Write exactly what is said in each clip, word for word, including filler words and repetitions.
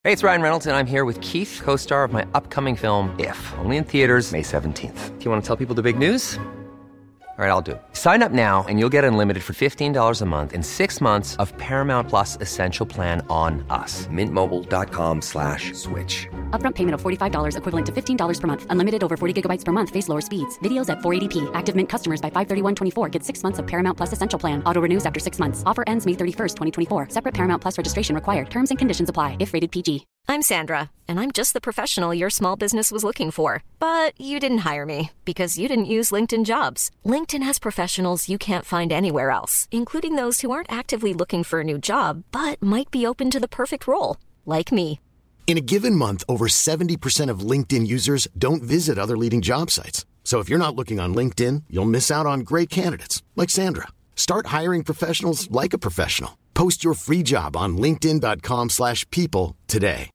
Hey, it's Ryan Reynolds, and I'm here with Keith, co-star of my upcoming film, If, only in theaters May seventeenth. Do you want to tell people the big news? All right, I'll do it. Sign up now and you'll get unlimited for fifteen dollars a month and six months of Paramount Plus Essential Plan on us. Mint Mobile dot com slash switch. Upfront payment of forty-five dollars equivalent to fifteen dollars per month. Unlimited over forty gigabytes per month. Face lower speeds. Videos at four eighty p. Active Mint customers by five thirty-one twenty-four get six months of Paramount Plus Essential Plan. Auto renews after six months. Offer ends May thirty-first, twenty twenty-four. Separate Paramount Plus registration required. Terms and conditions apply if rated P G. I'm Sandra, and I'm just the professional your small business was looking for. But you didn't hire me because you didn't use LinkedIn Jobs. LinkedIn has professionals you can't find anywhere else, including those who aren't actively looking for a new job, but might be open to the perfect role, like me. In a given month, over seventy percent of LinkedIn users don't visit other leading job sites. So if you're not looking on LinkedIn, you'll miss out on great candidates like Sandra. Start hiring professionals like a professional. Post your free job on linkedin dot com slash people today.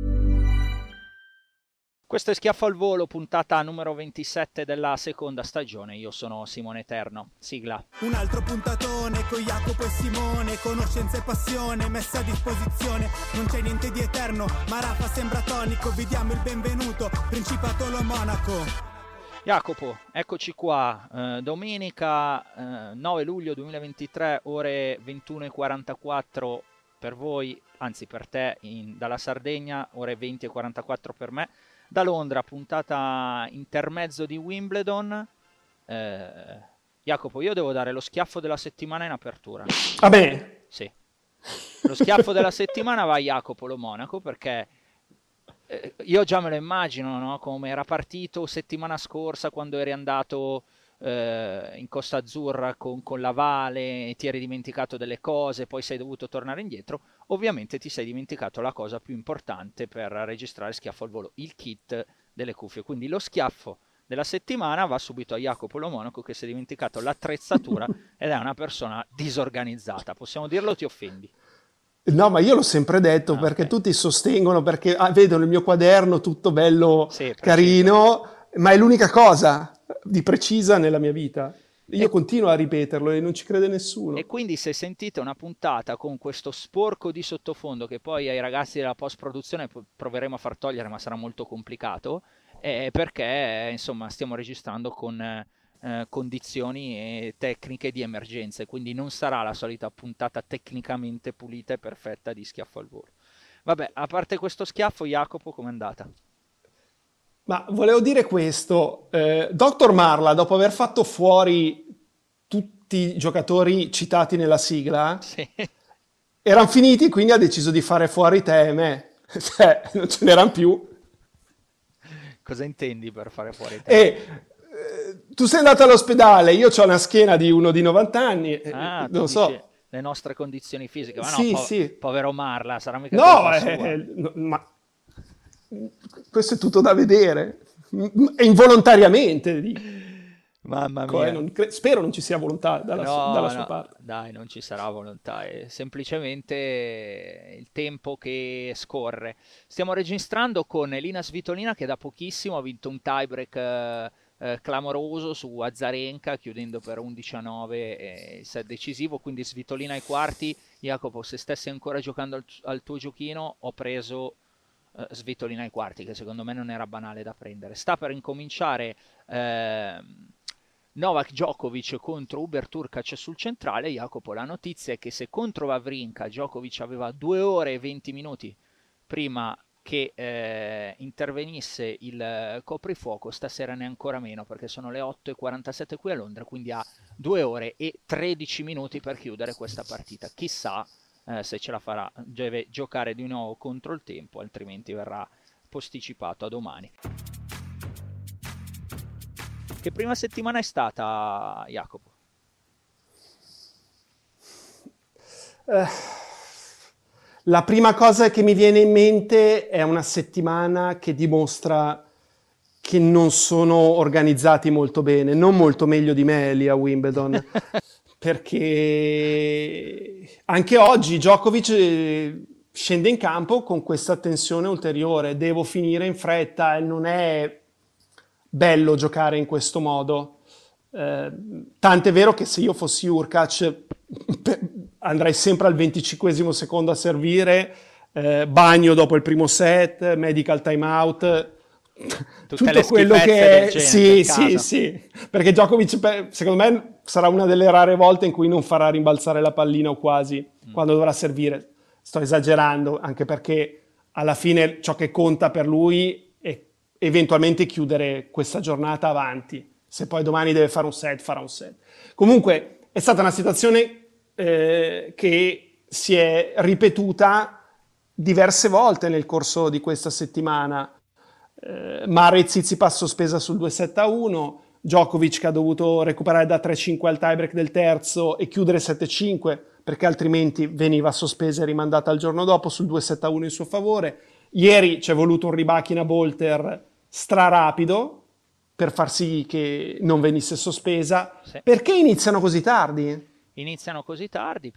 Questo è Schiaffo al Volo, puntata numero ventisette della seconda stagione. Io sono Simone Eterno. Sigla. Un altro puntatone con Jacopo e Simone, conoscenza e passione messa a disposizione. Non c'è niente di eterno, ma Rafa sembra tonico. Vi diamo il benvenuto, Principato Lo Monaco. Jacopo, eccoci qua. Eh, domenica eh, nove luglio duemilaventitré, ore ventuno e quarantaquattro per voi, anzi per te in, dalla Sardegna, ore venti e quarantaquattro per me. Da Londra, puntata intermezzo di Wimbledon. Eh, Jacopo, io devo dare lo schiaffo della settimana in apertura. Vabbè. Sì. Lo schiaffo della settimana va a Jacopo Lo Monaco, perché eh, io già me lo immagino, no? Come era partito settimana scorsa quando eri andato eh, in Costa Azzurra con, con la Vale, ti eri dimenticato delle cose, poi sei dovuto tornare indietro. Ovviamente ti sei dimenticato la cosa più importante per registrare Schiaffo al Volo, il kit delle cuffie. Quindi lo schiaffo della settimana va subito a Jacopo Lo Monaco, che si è dimenticato l'attrezzatura ed è una persona disorganizzata. Possiamo dirlo o ti offendi? No, ma io l'ho sempre detto, ah, perché okay. Tutti sostengono, perché ah, vedono il mio quaderno tutto bello, sì, carino, ma è l'unica cosa di precisa nella mia vita. Io e... continuo a ripeterlo e non ci crede nessuno. E quindi se sentite una puntata con questo sporco di sottofondo, che poi ai ragazzi della post-produzione proveremo a far togliere, ma sarà molto complicato, è perché insomma stiamo registrando con eh, condizioni e tecniche di emergenza, e quindi non sarà la solita puntata tecnicamente pulita e perfetta di Schiaffo al Volo. Vabbè, a parte questo schiaffo, Jacopo, com'è andata? Ma volevo dire questo, eh, doctor Marla, dopo aver fatto fuori tutti i giocatori citati nella sigla, sì, erano finiti, quindi ha deciso di fare fuori te e me, cioè non ce n'erano più. Cosa intendi per fare fuori te? E, eh, tu sei andato all'ospedale, io ho una schiena di uno di novanta anni, ah, non so. Le nostre condizioni fisiche, ma no, sì, po- sì. povero Marla, sarà mica no, eh, no, ma questo è tutto da vedere, e involontariamente dico. Mamma mia. Non cre- spero non ci sia volontà dalla, no, su- dalla no, sua parte. Dai, non ci sarà volontà, è semplicemente il tempo che scorre. Stiamo registrando con Elina Svitolina, che da pochissimo ha vinto un tiebreak eh, eh, clamoroso su Azarenka, chiudendo per undici a nove eh, il set decisivo, quindi Svitolina ai quarti. Jacopo, se stessi ancora giocando al, al tuo giochino, ho preso eh, Svitolina ai quarti, che secondo me non era banale da prendere. Sta per incominciare eh, Novak Djokovic contro Hubert Hurkacz sul centrale. Jacopo, la notizia è che se contro Wawrinka Djokovic aveva due ore e venti minuti prima che eh, intervenisse il coprifuoco, stasera ne è ancora meno, perché sono le otto e quarantasette qui a Londra, quindi ha due ore e tredici minuti per chiudere questa partita. Chissà eh, se ce la farà, deve giocare di nuovo contro il tempo, altrimenti verrà posticipato a domani. Che prima settimana è stata, Jacopo? Uh, la prima cosa che mi viene in mente è una settimana che dimostra che non sono organizzati molto bene, non molto meglio di me lì a Wimbledon, perché anche oggi Djokovic scende in campo con questa tensione ulteriore, devo finire in fretta, e non è bello giocare in questo modo. Eh, tant'è vero che se io fossi Hurkacz andrei sempre al venticinquesimo secondo a servire, eh, bagno dopo il primo set, medical timeout, Tutte tutto le quello schifezze che del è... genere, Sì, del sì, caso. sì, perché Djokovic per- secondo me sarà una delle rare volte in cui non farà rimbalzare la pallina o quasi, Mm. quando dovrà servire. Sto esagerando, anche perché alla fine ciò che conta per lui è eventualmente chiudere questa giornata avanti. Se poi domani deve fare un set, farà un set. Comunque è stata una situazione eh, che si è ripetuta diverse volte nel corso di questa settimana. Eh, Murray e Tsitsipas sospesa sul due sette a uno, Djokovic che ha dovuto recuperare da tre cinque al tiebreak del terzo e chiudere sette cinque perché altrimenti veniva sospesa e rimandata al giorno dopo sul due sette a uno in suo favore. Ieri c'è voluto un ribacchina Bolter strarapido per far sì che non venisse sospesa. Sì. Perché iniziano così tardi? Iniziano così tardi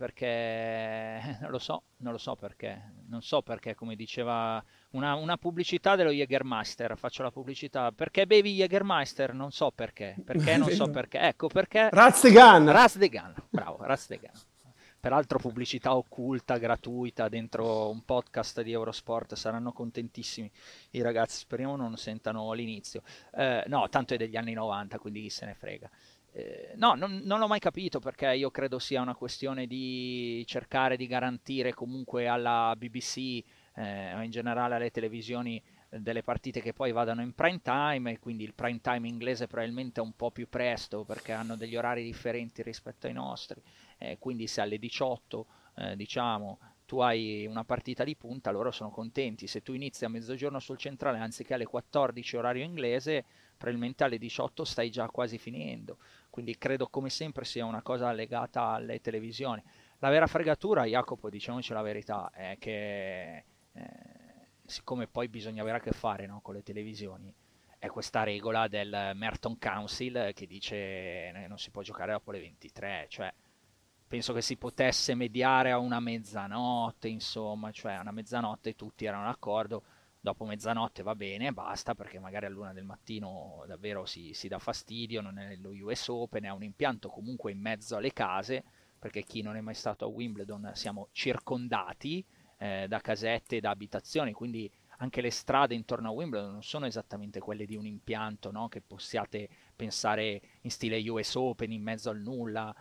perché non lo so, non lo so perché, non so perché, come diceva una, una pubblicità dello Jägermeister, faccio la pubblicità, perché bevi Jägermeister? Non so perché, perché non so perché, ecco perché... Raz de Gan! Raz de Gan, bravo, Raz de Gan. Peraltro pubblicità occulta, gratuita, dentro un podcast di Eurosport, saranno contentissimi i ragazzi, speriamo non sentano l'inizio. Eh, no, tanto è degli anni novanta, quindi chi se ne frega. Eh, no, non, non l'ho mai capito perché io credo sia una questione di cercare di garantire comunque alla B B C eh, o in generale alle televisioni eh, delle partite che poi vadano in prime time, e quindi il prime time inglese probabilmente è un po' più presto perché hanno degli orari differenti rispetto ai nostri, eh, quindi se alle diciotto eh, diciamo tu hai una partita di punta loro sono contenti, se tu inizi a mezzogiorno sul centrale anziché alle quattordici orario inglese probabilmente alle diciotto stai già quasi finendo, quindi credo come sempre sia una cosa legata alle televisioni. La vera fregatura, Jacopo, diciamoci la verità, è che eh, siccome poi bisogna avere a che fare, no, con le televisioni, è questa regola del Merton Council che dice eh, non si può giocare dopo le ventitré, cioè penso che si potesse mediare a una mezzanotte, insomma, cioè a una mezzanotte tutti erano d'accordo, dopo mezzanotte va bene, basta, perché magari all'una del mattino davvero si, si dà fastidio, non è lo U S Open, è un impianto comunque in mezzo alle case, perché chi non è mai stato a Wimbledon siamo circondati eh, da casette e da abitazioni, quindi anche le strade intorno a Wimbledon non sono esattamente quelle di un impianto, no? Che possiate pensare in stile U S Open, in mezzo al nulla.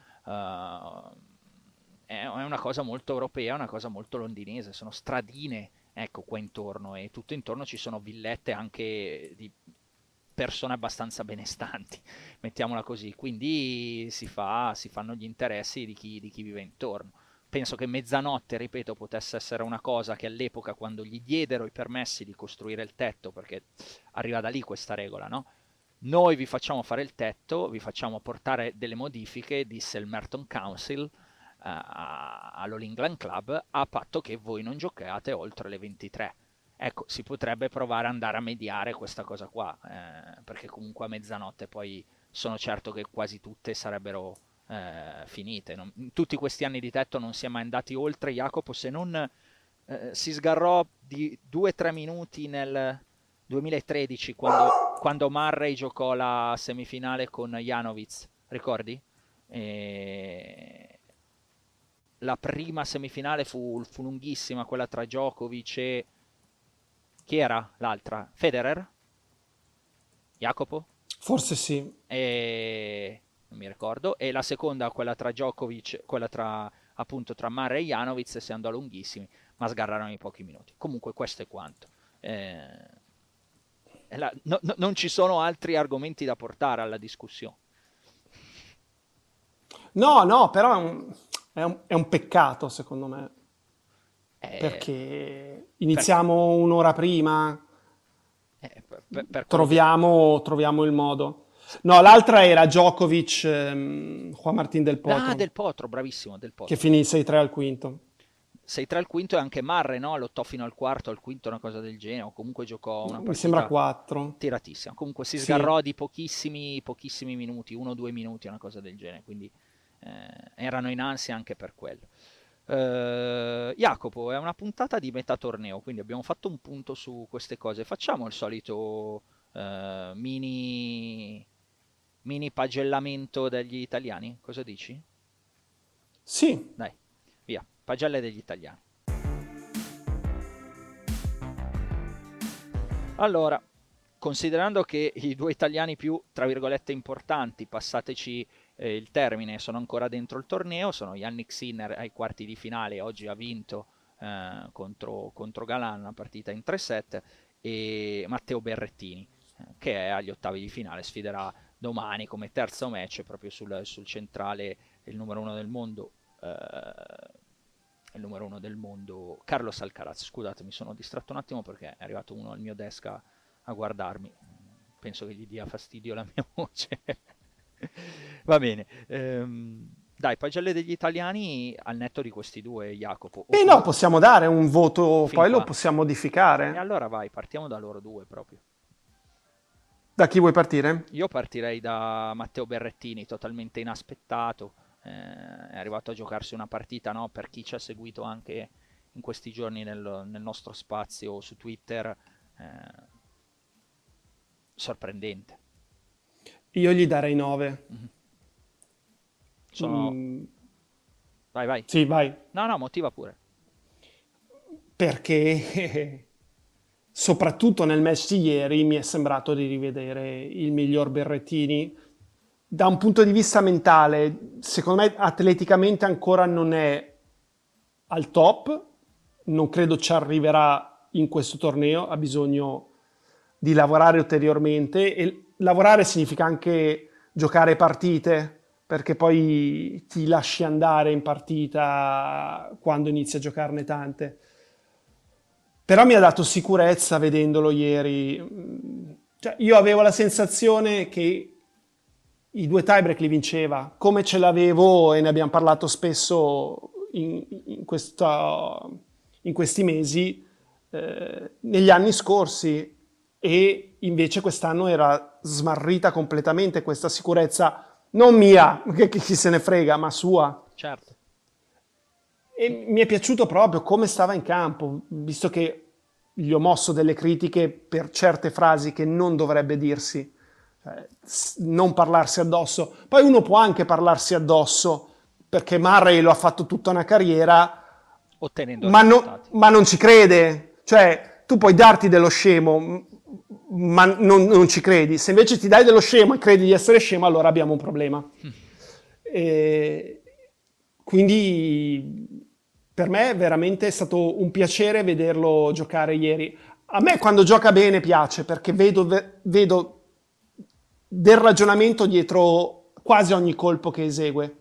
Uh, è una cosa molto europea, una cosa molto londinese, sono stradine, ecco, qua intorno, e tutto intorno ci sono villette anche di persone abbastanza benestanti, mettiamola così, quindi si, fa, si fanno gli interessi di chi, di chi vive intorno. Penso che mezzanotte, ripeto, potesse essere una cosa che all'epoca, quando gli diedero i permessi di costruire il tetto, perché arriva da lì questa regola, no? Noi vi facciamo fare il tetto, vi facciamo portare delle modifiche, disse il Merton Council uh, all'All England Club, a patto che voi non giocate oltre le ventitré. Ecco, si potrebbe provare ad andare a mediare questa cosa qua, eh, perché comunque a mezzanotte poi sono certo che quasi tutte sarebbero eh, finite. Non, in tutti questi anni di tetto non si è mai andati oltre, Jacopo, se non eh, si sgarrò di due tre minuti nel duemilatredici, quando, quando Murray giocò la semifinale con Janovic, ricordi? E... la prima semifinale fu, fu lunghissima, quella tra Djokovic e... chi era l'altra? Federer? Jacopo? Forse sì. E... non mi ricordo. E la seconda, quella tra Djokovic, quella tra appunto tra Murray e Janovic, si andò lunghissimi, ma sgarrarono in pochi minuti. Comunque questo è quanto. Eh... La, no, no, non ci sono altri argomenti da portare alla discussione. No, no, però è un, è un, è un peccato secondo me, Eh, perché iniziamo per... un'ora prima, eh, per, per, per troviamo, che... troviamo il modo. No, l'altra era Djokovic, ehm, Juan Martín del Potro. Ah, del Potro, bravissimo, del Potro. Che finì sei tre al quinto. sei tre al quinto, e anche Murray, no? Lottò fino al quarto, al quinto, una cosa del genere, o comunque giocò una partita... Mi sembra quattro. Tiratissima. Comunque si sgarrò sì. di pochissimi, pochissimi minuti, uno o due minuti, una cosa del genere, quindi eh, erano in ansia anche per quello. Uh, Jacopo, è una puntata di metà torneo, quindi abbiamo fatto un punto su queste cose. Facciamo il solito uh, mini, mini pagellamento degli italiani, cosa dici? Sì. Dai, via. Pagelle degli italiani. Allora, considerando che i due italiani più, tra virgolette, importanti, passateci eh, il termine, sono ancora dentro il torneo, sono Yannick Sinner ai quarti di finale, oggi ha vinto eh, contro, contro Galan, una partita in tre set, e Matteo Berrettini, eh, che è agli ottavi di finale, sfiderà domani come terzo match proprio sul, sul centrale, il numero uno del mondo, eh, il numero uno del mondo, Carlos Alcaraz. Scusate, mi sono distratto un attimo perché è arrivato uno al mio desk a, a guardarmi, penso che gli dia fastidio la mia voce. Va bene, ehm, dai, pagelle degli italiani al netto di questi due, Jacopo. E eh no, possiamo dare un voto, Fin poi qua. lo possiamo modificare. E allora vai, partiamo da loro due proprio. Da chi vuoi partire? Io partirei da Matteo Berrettini, totalmente inaspettato, eh, è arrivato a giocarsi una partita, no? Per chi ci ha seguito anche in questi giorni nel, nel nostro spazio su Twitter, eh, sorprendente. Io gli darei nove. Mm-hmm. Sono... Mm. Vai, vai. Sì, vai. No, no, motiva pure. Perché soprattutto nel match di ieri mi è sembrato di rivedere il miglior Berrettini. Da un punto di vista mentale, secondo me atleticamente ancora non è al top, non credo ci arriverà in questo torneo, ha bisogno di lavorare ulteriormente, e lavorare significa anche giocare partite, perché poi ti lasci andare in partita quando inizi a giocarne tante. Però mi ha dato sicurezza vedendolo ieri. Cioè, io avevo la sensazione che i due tiebreak li vinceva, come ce l'avevo, e ne abbiamo parlato spesso in, in, questa, in questi mesi, eh, negli anni scorsi, e invece quest'anno era smarrita completamente questa sicurezza, non mia, che, che chi se ne frega, ma sua. Certo. E mi è piaciuto proprio come stava in campo, visto che gli ho mosso delle critiche per certe frasi che non dovrebbe dirsi, cioè, non parlarsi addosso. Poi uno può anche parlarsi addosso, perché Murray lo ha fatto tutta una carriera, ottenendo ma, risultati. no, ma non ci crede. Cioè, tu puoi darti dello scemo, ma non, non ci credi. Se invece ti dai dello scemo e credi di essere scemo, allora abbiamo un problema. Mm. E quindi per me veramente è stato un piacere vederlo giocare ieri. A me quando gioca bene piace, perché vedo, vedo del ragionamento dietro quasi ogni colpo che esegue.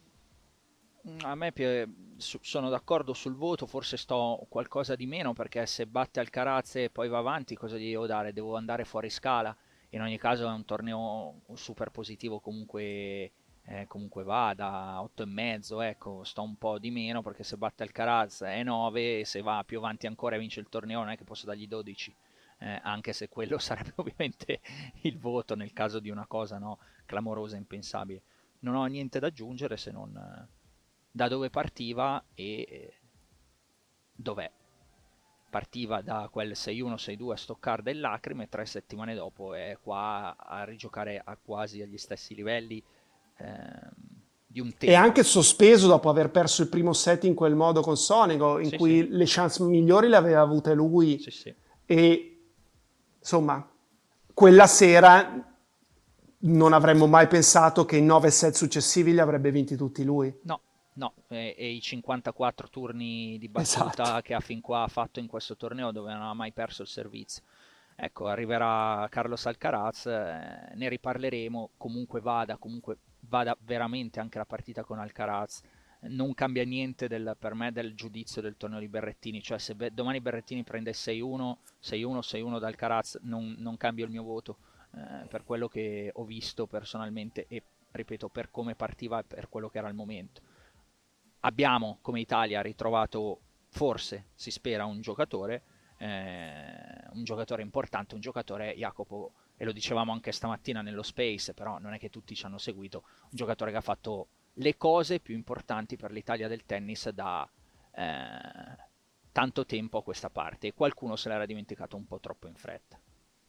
A me sono d'accordo sul voto, forse sto qualcosa di meno, perché se batte Alcaraz e poi va avanti, cosa gli devo dare? Devo andare fuori scala. In ogni caso è un torneo super positivo, comunque, eh, comunque va da otto e mezzo, ecco, sto un po' di meno, perché se batte Alcaraz è nove, e se va più avanti ancora e vince il torneo non è che posso dargli dodici, eh, anche se quello sarebbe ovviamente il voto nel caso di una cosa, no, clamorosa, impensabile. Non ho niente da aggiungere se non eh, da dove partiva e eh, dov'è. Partiva da quel sei uno sei due a Stoccarda e Lacrime, tre settimane dopo è qua a rigiocare a quasi agli stessi livelli ehm, di un tempo. E anche sospeso dopo aver perso il primo set in quel modo con Sonego, in sì, cui sì. le chance migliori le aveva avute lui. Sì, sì. E insomma, quella sera non avremmo mai pensato che in nove set successivi li avrebbe vinti tutti lui. No. No, e, e i cinquantaquattro turni di battuta esatto. che ha fin qua fatto in questo torneo, dove non ha mai perso il servizio. Ecco, arriverà Carlos Alcaraz, eh, ne riparleremo, comunque vada, comunque vada veramente anche la partita con Alcaraz. Non cambia niente del, per me del giudizio del torneo di Berrettini, cioè se be- domani Berrettini prende sei uno, sei uno, sei uno da Alcaraz, non, non cambio il mio voto, eh, per quello che ho visto personalmente e, ripeto, per come partiva e per quello che era il momento. Abbiamo come Italia ritrovato, forse si spera, un giocatore, eh, un giocatore importante, un giocatore, Jacopo, e lo dicevamo anche stamattina nello Space, però non è che tutti ci hanno seguito, un giocatore che ha fatto le cose più importanti per l'Italia del tennis da eh, tanto tempo a questa parte, e qualcuno se l'era dimenticato un po' troppo in fretta.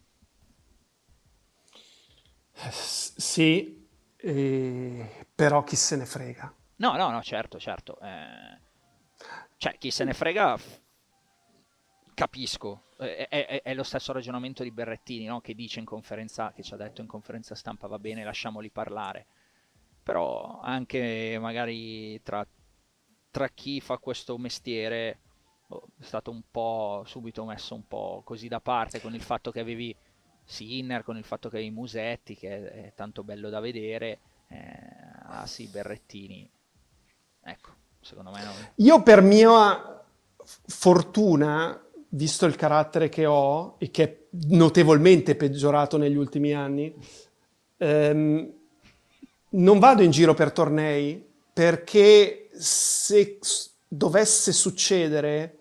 Sì, eh, però chi se ne frega. No, no, no, certo, certo. Eh, cioè, chi se ne frega f- capisco, è, è- è lo stesso ragionamento di Berrettini, no? Che dice in conferenza, che ci ha detto in conferenza stampa, va bene, lasciamoli parlare. Però anche magari tra, tra chi fa questo mestiere boh, è stato un po' subito messo un po' così da parte con il fatto che avevi Sinner, con il fatto che avevi Musetti, che è, è tanto bello da vedere. Eh, ah sì, Berrettini. Ecco, secondo me non... Io per mia fortuna, visto il carattere che ho e che è notevolmente peggiorato negli ultimi anni, ehm, non vado in giro per tornei perché se s- dovesse succedere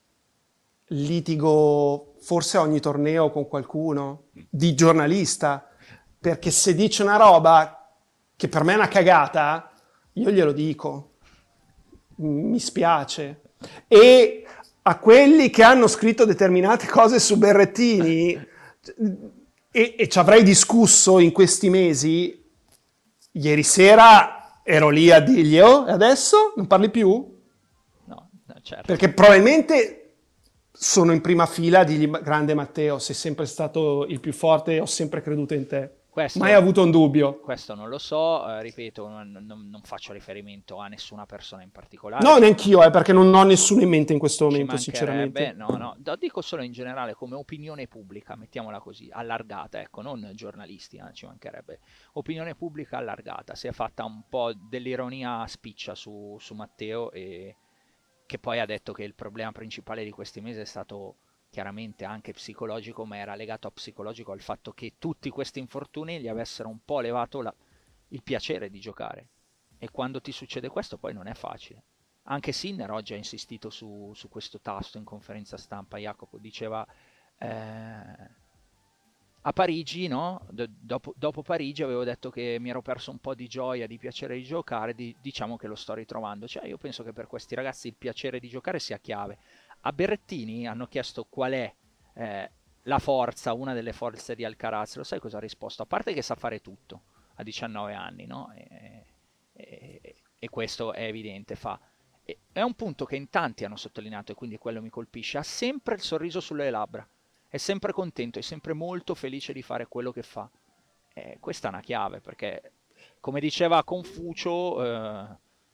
litigo forse a ogni torneo con qualcuno di giornalista, perché se dice una roba che per me è una cagata, io glielo dico. Mi spiace. E a quelli che hanno scritto determinate cose su Berrettini e, e ci avrei discusso in questi mesi, ieri sera ero lì a dirgli, oh, e adesso non parli più? No, no, certo. Perché probabilmente sono in prima fila a dirgli, grande Matteo, sei sempre stato il più forte e ho sempre creduto in te. Questo, Mai avuto un dubbio. questo non lo so, eh, ripeto, non, non- non faccio riferimento a nessuna persona in particolare. No, neanch'io, eh, perché non ho nessuno in mente in questo Ci momento, mancherebbe, sinceramente. no, no, lo dico solo in generale come opinione pubblica, mettiamola così, allargata, ecco, non giornalisti, eh, ci mancherebbe. Opinione pubblica allargata, si è fatta un po' dell'ironia spiccia su, su Matteo, e che poi ha detto che il problema principale di questi mesi è stato chiaramente anche psicologico, ma era legato a psicologico al fatto che tutti questi infortuni gli avessero un po' levato la- il piacere di giocare. E quando ti succede questo poi non è facile. Anche Sinner oggi ha insistito su, su questo tasto in conferenza stampa. Jacopo diceva eh, a Parigi, no? D- dopo, dopo Parigi avevo detto che mi ero perso un po' di gioia, di piacere di giocare, di- diciamo che lo sto ritrovando. Cioè, io penso che per questi ragazzi il piacere di giocare sia chiave. A Berrettini hanno chiesto qual è eh, la forza, una delle forze di Alcaraz. Lo sai cosa ha risposto? A parte che sa fare tutto a diciannove anni, no? E, e- e questo è evidente, fa. e- È un punto che in tanti hanno sottolineato e quindi quello mi colpisce. Ha sempre il sorriso sulle labbra, è sempre contento, è sempre molto felice di fare quello che fa. E questa è una chiave perché, come diceva Confucio, eh,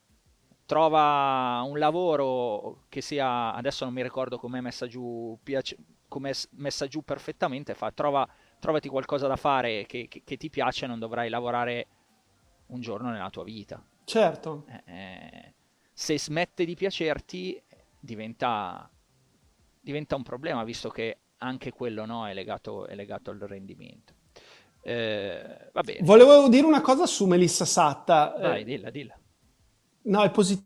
trova un lavoro che sia, adesso non mi ricordo com'è messa giù, piace, com'è s- messa giù perfettamente, fa, trova, trovati qualcosa da fare che, che- che ti piace, non dovrai lavorare un giorno nella tua vita. Certo. Eh, eh, se smette di piacerti diventa, diventa un problema, visto che anche quello, no, è legato, è legato al rendimento. Eh, va bene, Volevo dire una cosa su Melissa Satta. vai, Eh, dilla, dilla. no, è positiva.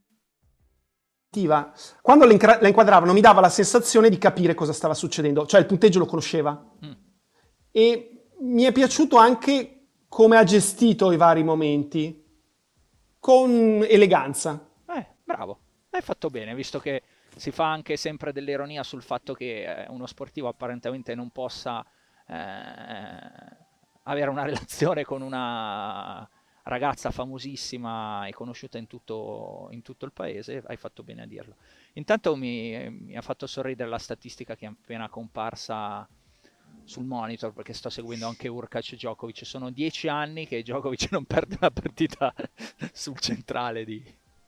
Quando la incra- la inquadravano mi dava la sensazione di capire cosa stava succedendo, cioè il punteggio lo conosceva. Mm. E mi è piaciuto anche come ha gestito i vari momenti, con eleganza. Eh, bravo, hai fatto bene, visto che si fa anche sempre dell'ironia sul fatto che eh, uno sportivo apparentemente non possa eh, avere una relazione con una ragazza famosissima e conosciuta in tutto, in tutto il paese. Hai fatto bene a dirlo. Intanto mi, mi ha fatto sorridere la statistica che è appena comparsa sul monitor, perché sto seguendo anche Urkac e Djokovic. Sono dieci anni che Djokovic non perde una partita sul centrale di,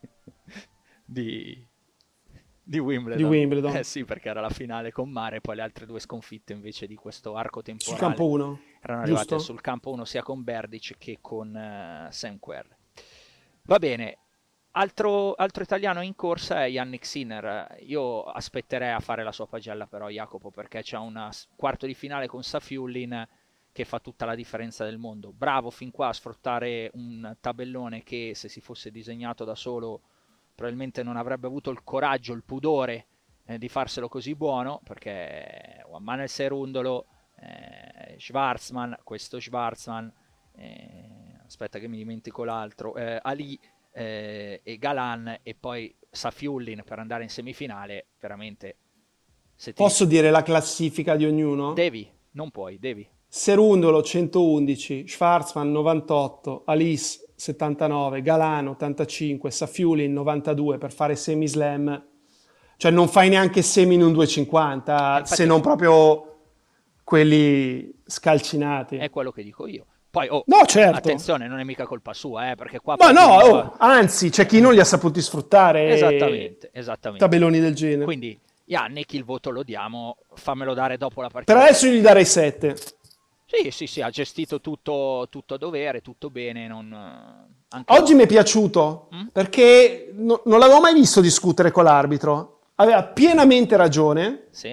di, di Wimbledon. Di Wimbledon. Eh sì, perché era la finale con Mare, poi le altre due sconfitte invece di questo arco Sul temporale campo uno, erano arrivate giusto? sul campo uno sia con Berdych che con eh, Sam Querrey. Va bene, altro, altro italiano in corsa è Yannick Sinner. Io aspetterei a fare la sua pagella però, Jacopo, perché c'è un quarto di finale con Safiullin che fa tutta la differenza del mondo. Bravo fin qua a sfruttare un tabellone che, se si fosse disegnato da solo, probabilmente non avrebbe avuto il coraggio, il pudore eh, di farselo così buono, perché Juan Manuel Cerundolo, eh, Schwarzman, questo Schwarzman, eh, aspetta che mi dimentico l'altro, eh, Ali eh, e Galan, e poi Safiullin per andare in semifinale. Veramente, se ti... Posso dire la classifica di ognuno? Devi, non puoi, devi. Serundolo centoundici, Schwarzman novantotto, Alice settantanove, Galano ottantacinque, Safiullin novantadue per fare semislam. Cioè non fai neanche semi in un due cinquanta, Infatti, se non proprio quelli scalcinati. È quello che dico io. Poi, oh, no, certo. attenzione, non è mica colpa sua, eh, perché qua... Ma no, partiamo- oh, anzi, c'è chi non li ha saputi sfruttare. Esattamente, esattamente. Tabelloni del genere. Quindi, Yannick, il voto lo diamo, fammelo dare dopo la partita. Per adesso gli darei sette. Sì, sì, sì, ha gestito tutto, tutto a dovere, tutto bene. Non, anche Oggi no. mi è piaciuto Mm? perché no- non l'avevo mai visto discutere con l'arbitro. Aveva pienamente ragione Sì?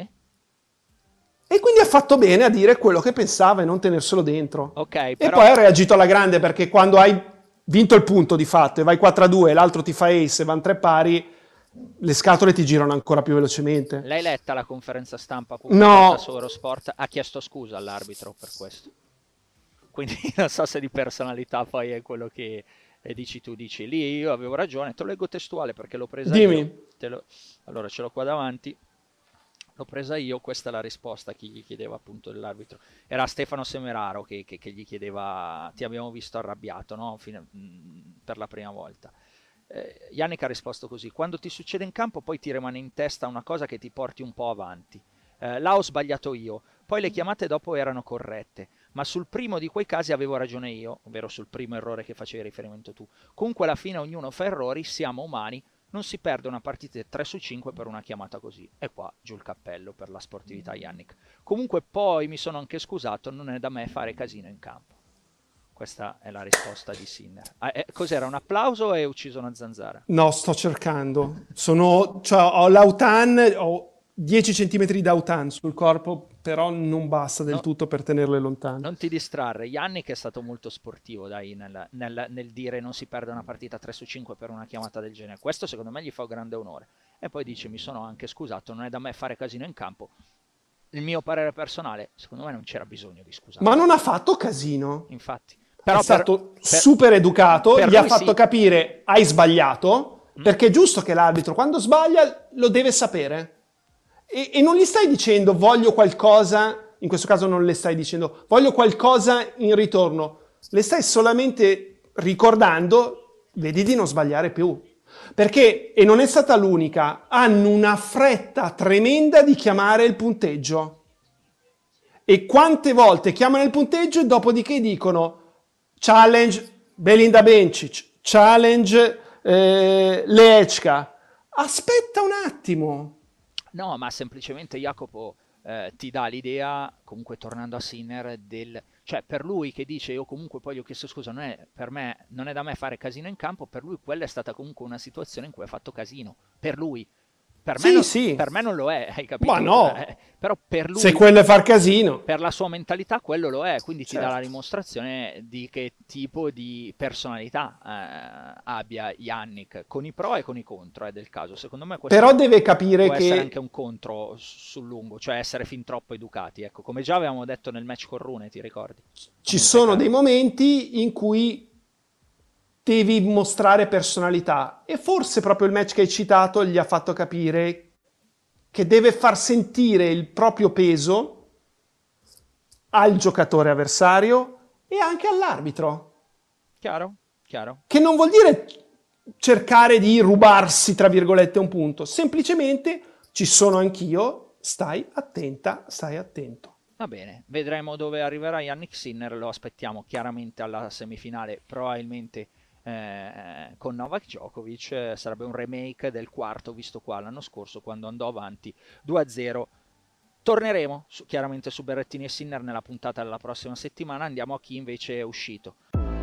e quindi ha fatto bene a dire quello che pensava e non tenerselo dentro. Ok, E però... poi ha reagito alla grande, perché quando hai vinto il punto di fatto e vai quattro a due e l'altro ti fa ace e vanno tre pari, le scatole ti girano ancora più velocemente. L'hai letta la conferenza stampa No. pubblicata su Eurosport? Ha chiesto scusa all'arbitro per questo. Quindi non so se di personalità poi è quello che eh, dici tu, dici lì io avevo ragione, te lo leggo testuale perché l'ho presa Dimmi. io. Te lo... Allora ce l'ho qua davanti. L'ho presa io, questa è la risposta a chi gli chiedeva appunto dell'arbitro. Era Stefano Semeraro che, che, che gli chiedeva, ti abbiamo visto arrabbiato, no? Fine, mh, per la prima volta. Eh, Yannick ha risposto così: quando ti succede in campo poi ti rimane in testa una cosa che ti porti un po' avanti. Eh, là ho sbagliato io, poi le chiamate dopo erano corrette, ma sul primo di quei casi avevo ragione io, ovvero sul primo errore che facevi riferimento tu. Comunque alla fine ognuno fa errori, siamo umani, non si perde una partita tre su cinque per una chiamata così. E qua giù il cappello per la sportività, Yannick. Comunque poi mi sono anche scusato, non è da me fare casino in campo. Questa è la risposta di Sinner. Ah, eh, cos'era, un applauso o hai ucciso una zanzara? No, sto cercando. Sono, cioè, ho l'autan, ho dieci centimetri di autan sul corpo, però non basta del No. tutto per tenerle lontane. Non ti distrarre, Yannick è stato molto sportivo dai, nel, nel, nel dire non si perde una partita tre su cinque per una chiamata del genere. Questo secondo me gli fa un grande onore. E poi dice mi sono anche scusato, non è da me fare casino in campo. Il mio parere personale, secondo me non c'era bisogno di scusare. Ma non ha fatto casino. Infatti. Però è stato per, super educato, per gli ha lui fatto sì. capire hai sbagliato, Mm. perché è giusto che l'arbitro quando sbaglia lo deve sapere. E, e non gli stai dicendo voglio qualcosa, in questo caso non le stai dicendo voglio qualcosa in ritorno, le stai solamente ricordando, vedi di non sbagliare più. Perché, e non è stata l'unica, hanno una fretta tremenda di chiamare il punteggio. E quante volte chiamano il punteggio e dopodiché dicono challenge Belinda Bencic, challenge eh, Lechka. Aspetta un attimo. No, ma semplicemente Jacopo eh, ti dà l'idea, comunque tornando a Sinner, del... Cioè per lui che dice io comunque poi gli ho chiesto scusa, non è, per me, non è da me fare casino in campo, per lui quella è stata comunque una situazione in cui ha fatto casino. Per lui. Per me, Sì, non, sì. per me non lo è, hai capito? Ma no. Eh, però per lui... Se quello è far casino. Per la sua mentalità quello lo è, quindi ti Certo. dà la dimostrazione di che tipo di personalità eh, abbia Yannick, con i pro e con i contro eh, del caso. Secondo me questo Però deve capire può essere che anche un contro sul lungo, cioè essere fin troppo educati, ecco, come già avevamo detto nel match con Rune, ti ricordi? ci sono dei momenti in cui devi mostrare personalità e forse proprio il match che hai citato gli ha fatto capire che deve far sentire il proprio peso al giocatore avversario e anche all'arbitro, Chiaro? Chiaro? che non vuol dire cercare di rubarsi tra virgolette un punto, semplicemente ci sono anch'io, stai attenta, stai attento. Va bene, vedremo dove arriverà Yannick Sinner, lo aspettiamo chiaramente alla semifinale, probabilmente eh, con Novak Djokovic, eh, sarebbe un remake del quarto visto qua l'anno scorso quando andò avanti due a zero. Torneremo su, chiaramente su Berrettini e Sinner nella puntata della prossima settimana, andiamo a chi invece è uscito.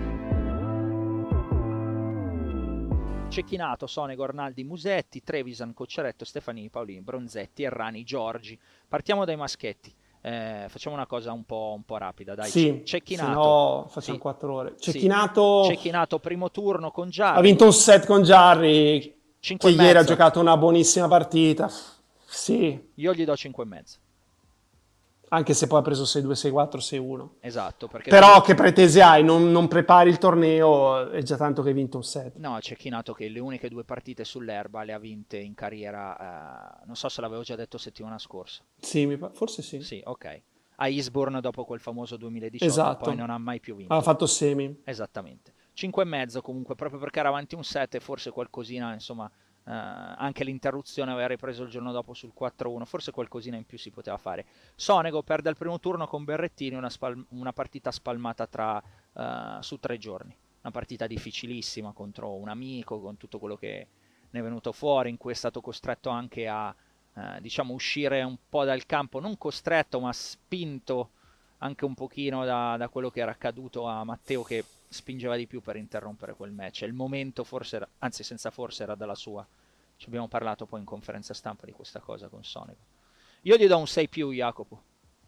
Cecchinato, Sonego, Arnaldi, Musetti, Trevisan, Cocciaretto, Stefanini, Paolini, Bronzetti, Errani, Giorgi. Partiamo dai maschetti. Eh, facciamo una cosa un po', un po' rapida, dai. Sì, Cecchinato. se no facciamo Sì. quattro ore. Sì. Cecchinato, Cecchinato, primo turno con Jarry. ha vinto un set con Jarry, cinque che e ieri ha mezzo. giocato una buonissima partita. Sì, Io gli do cinque e mezzo. anche se poi ha preso sei due, sei quattro, sei uno. Esatto, perché Però che pretese hai? Non, non prepari il torneo, è già tanto che hai vinto un set. no, Cecchinato che le uniche due partite sull'erba le ha vinte in carriera, eh, non so se l'avevo già detto settimana scorsa. Sì, mi pa- forse sì. Sì, ok. A Eastbourne dopo quel famoso duemiladiciotto, Esatto. poi non ha mai più vinto. Ha fatto semi. Esattamente. cinque e mezzo comunque, proprio perché era avanti un set e forse qualcosina, insomma, Uh, anche l'interruzione aveva ripreso il giorno dopo sul quattro uno, forse qualcosina in più si poteva fare. Sonego perde il primo turno con Berrettini, una, spal- una partita spalmata tra, uh, su tre giorni, una partita difficilissima contro un amico, con tutto quello che ne è venuto fuori, in cui è stato costretto anche a uh, diciamo uscire un po' dal campo, non costretto ma spinto anche un pochino da, da quello che era accaduto a Matteo, che spingeva di più per interrompere quel match. Il momento forse era, anzi senza forse, era dalla sua. Ci abbiamo parlato poi in conferenza stampa di questa cosa con Sonego. Io gli do un sei più, Jacopo.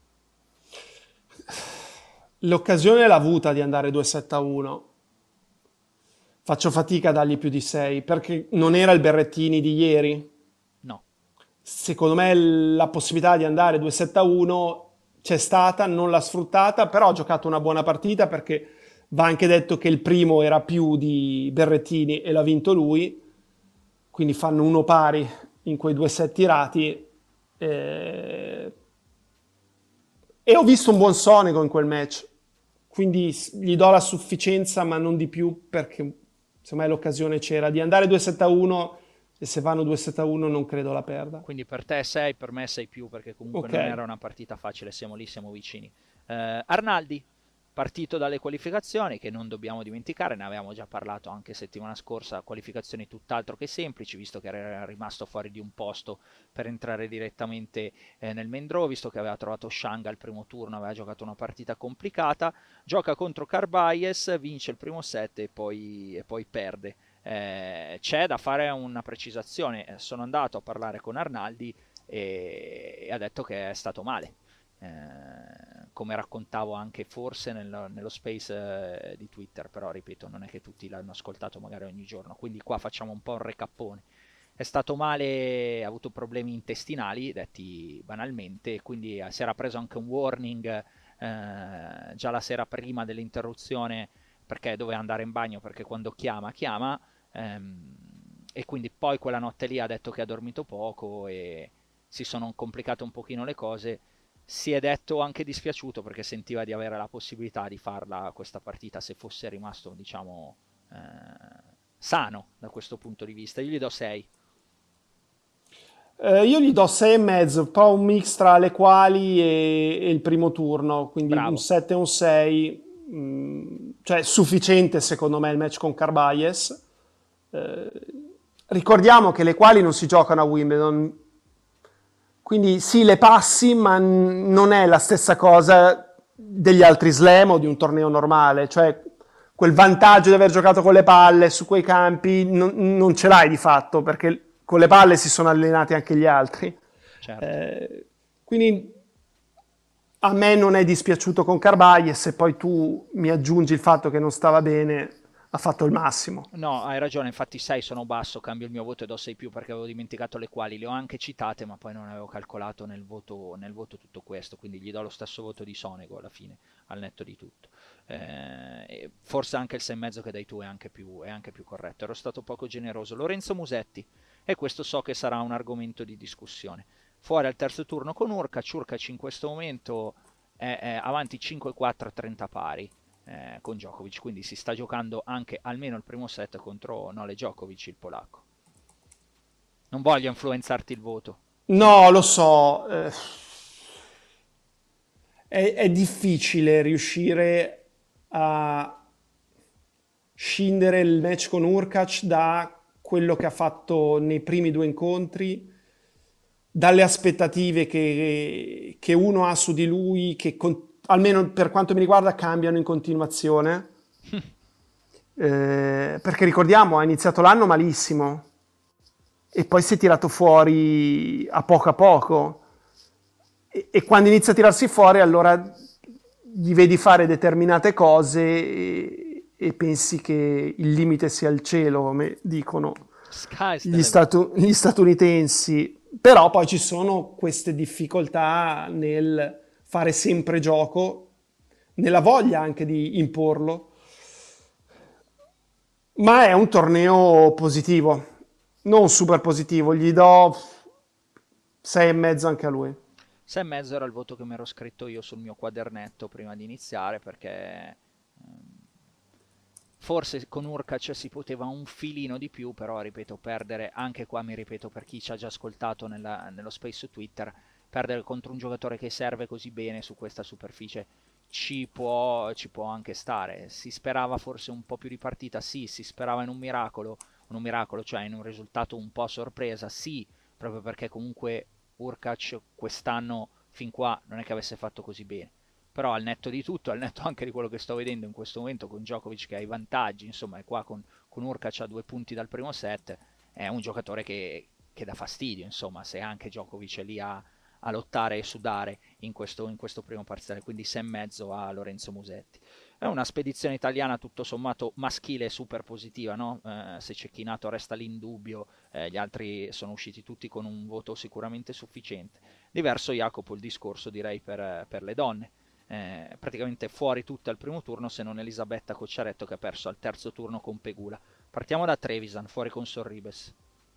L'occasione l'ha avuta di andare due sette a uno. Faccio fatica a dargli più di sei, perché non era il Berrettini di ieri. No. Secondo me la possibilità di andare due sette a uno c'è stata, non l'ha sfruttata, però ha giocato una buona partita, perché va anche detto che il primo era più di Berrettini e l'ha vinto lui, quindi fanno uno pari in quei due set tirati. Eh... E ho visto un buon Sonego in quel match, quindi gli do la sufficienza, ma non di più, perché secondo me l'occasione c'era. Di andare due sette a uno, e se vanno due sette a uno non credo la perda. Quindi per te sei, per me sei più, perché comunque okay. Non era una partita facile, siamo lì, siamo vicini. Eh, Arnaldi, partito dalle qualificazioni, che non dobbiamo dimenticare, ne avevamo già parlato anche settimana scorsa, qualificazioni tutt'altro che semplici, visto che era rimasto fuori di un posto per entrare direttamente eh, nel main draw, visto che aveva trovato Shang al primo turno, aveva giocato una partita complicata, gioca contro Carbayes, vince il primo set e poi, e poi perde. Eh, c'è da fare una precisazione, sono andato a parlare con Arnaldi e, e ha detto che è stato male. Eh, come raccontavo anche forse nello, nello space eh, di Twitter, però ripeto, non è che tutti l'hanno ascoltato magari ogni giorno, quindi qua facciamo un po' un recappone. È stato male, ha avuto problemi intestinali, detti banalmente, quindi si era preso anche un warning eh, già la sera prima dell'interruzione, perché doveva andare in bagno, perché quando chiama, chiama, ehm, e quindi poi quella notte lì ha detto che ha dormito poco e si sono complicate un pochino le cose. Si è detto anche dispiaciuto, perché sentiva di avere la possibilità di farla questa partita se fosse rimasto, diciamo, eh, sano da questo punto di vista. Io gli do sei. Eh, io gli do sei e mezzo, un po' un mix tra le quali e, e il primo turno, quindi Bravo. Un sette e un sei, mh, cioè sufficiente secondo me il match con Carbayes. Eh, ricordiamo che le quali non si giocano a Wimbledon, quindi sì, le passi, ma n- non è la stessa cosa degli altri slam o di un torneo normale, cioè quel vantaggio di aver giocato con le palle su quei campi non, non ce l'hai di fatto, perché con le palle si sono allenati anche gli altri. Certo. Eh, quindi a me non è dispiaciuto con Carbayes, e poi tu mi aggiungi il fatto che non stava bene, ha fatto il massimo. No, hai ragione, infatti sei sono basso, cambio il mio voto e do sei più, perché avevo dimenticato le quali, le ho anche citate, ma poi non avevo calcolato nel voto, nel voto tutto questo, quindi gli do lo stesso voto di Sonego alla fine, al netto di tutto. Eh, e forse anche il sei e mezzo che dai tu è anche, più, è anche più corretto, ero stato poco generoso. Lorenzo Musetti, e questo so che sarà un argomento di discussione. Fuori al terzo turno con Urkac, Urkac in questo momento è, è avanti cinque quattro a trenta pari. Eh, con Djokovic, quindi si sta giocando anche almeno il primo set contro Nole Djokovic, il polacco. Non voglio influenzarti il voto. No, lo so, eh, è, è difficile riuscire a scindere il match con Urkac da quello che ha fatto nei primi due incontri, dalle aspettative che, che uno ha su di lui, che con, almeno per quanto mi riguarda cambiano in continuazione, eh, perché ricordiamo ha iniziato l'anno malissimo e poi si è tirato fuori a poco a poco, e, e quando inizia a tirarsi fuori allora gli vedi fare determinate cose e, e pensi che il limite sia il cielo, come dicono gli, statu- gli statunitensi. Però poi ci sono queste difficoltà nel fare sempre gioco, nella voglia anche di imporlo, ma è un torneo positivo, non super positivo, gli do sei e mezzo anche a lui. sei e mezzo era il voto che mi ero scritto io sul mio quadernetto prima di iniziare, perché forse con Urkac si poteva un filino di più, però ripeto, perdere, anche qua mi ripeto per chi ci ha già ascoltato nella, nello space su Twitter, perdere contro un giocatore che serve così bene su questa superficie ci può, ci può anche stare. Si sperava forse un po' più di partita, sì, si sperava in un miracolo, in un miracolo, cioè in un risultato un po' sorpresa, sì, proprio perché comunque Urkac quest'anno fin qua non è che avesse fatto così bene. Però al netto di tutto, al netto anche di quello che sto vedendo in questo momento con Djokovic che ha i vantaggi, insomma, è qua con, con Urkac a due punti dal primo set, è un giocatore che, che dà fastidio, insomma, se anche Djokovic è lì a, a lottare e sudare in questo, in questo primo parziale, quindi sei e mezzo a Lorenzo Musetti. È una spedizione italiana tutto sommato maschile super positiva, no? Eh, se Cecchinato resta l'indubbio, eh, gli altri sono usciti tutti con un voto sicuramente sufficiente. Diverso, Jacopo, il discorso direi per, per le donne. Eh, praticamente fuori tutte al primo turno, se non Elisabetta Cocciaretto che ha perso al terzo turno con Pegula. Partiamo da Trevisan, fuori con Sorribes.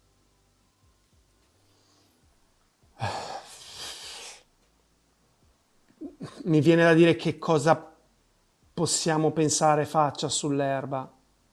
Mi viene da dire che cosa possiamo pensare faccia sull'erba.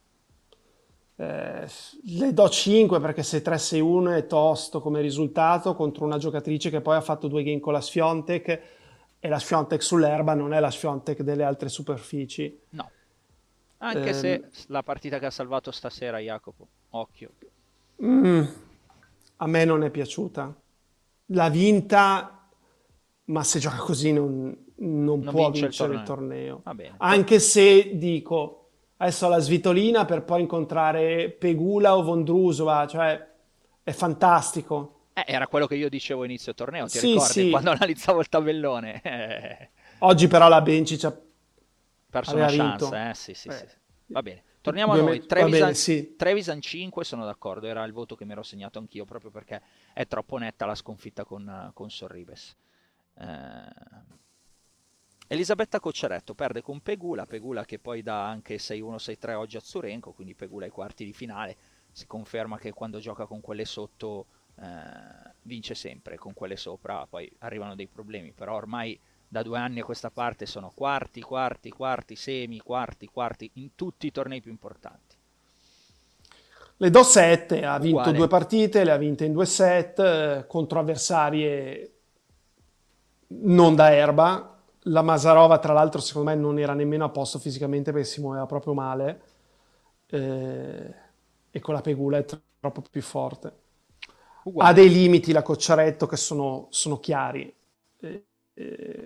Eh, le do cinque perché se tre sei uno è tosto come risultato contro una giocatrice che poi ha fatto due game con la Swiatek, e la Swiatek sull'erba non è la Swiatek delle altre superfici. No. Anche eh, se la partita che ha salvato stasera, Jacopo, occhio. Mm, a me non è piaciuta. L'ha vinta, ma se gioca così non, non, non può vincere il torneo. Il torneo. Va bene. Anche se, dico, adesso la Svitolina per poi incontrare Pegula o Vondrusova, cioè è fantastico. Eh, era quello che io dicevo inizio torneo, ti sì, ricordi? Sì. Quando analizzavo il tabellone. Oggi però la Bencic ha perso una vinto. chance, eh? Sì, sì, eh. sì. Va bene. Torniamo a noi. Trevisan, bene, sì. Trevisan cinque, sono d'accordo, era il voto che mi ero segnato anch'io, proprio perché è troppo netta la sconfitta con, con Sorribes. Eh... Elisabetta Cocciaretto perde con Pegula, Pegula che poi dà anche sei uno sei tre oggi a Zurenko, quindi Pegula ai quarti di finale. Si conferma che quando gioca con quelle sotto eh, vince sempre, con quelle sopra poi arrivano dei problemi, però ormai da due anni a questa parte sono quarti, quarti, quarti, semi, quarti, quarti, in tutti i tornei più importanti. Le do sette, ha vinto Uguale. due partite, le ha vinte in due set, eh, contro avversarie non da erba. La Masarova, tra l'altro, secondo me non era nemmeno a posto fisicamente perché si muoveva proprio male. Eh, e con la Pegula è troppo più forte. Uguale. Ha dei limiti la Cocciaretto che sono, sono chiari. Eh, eh,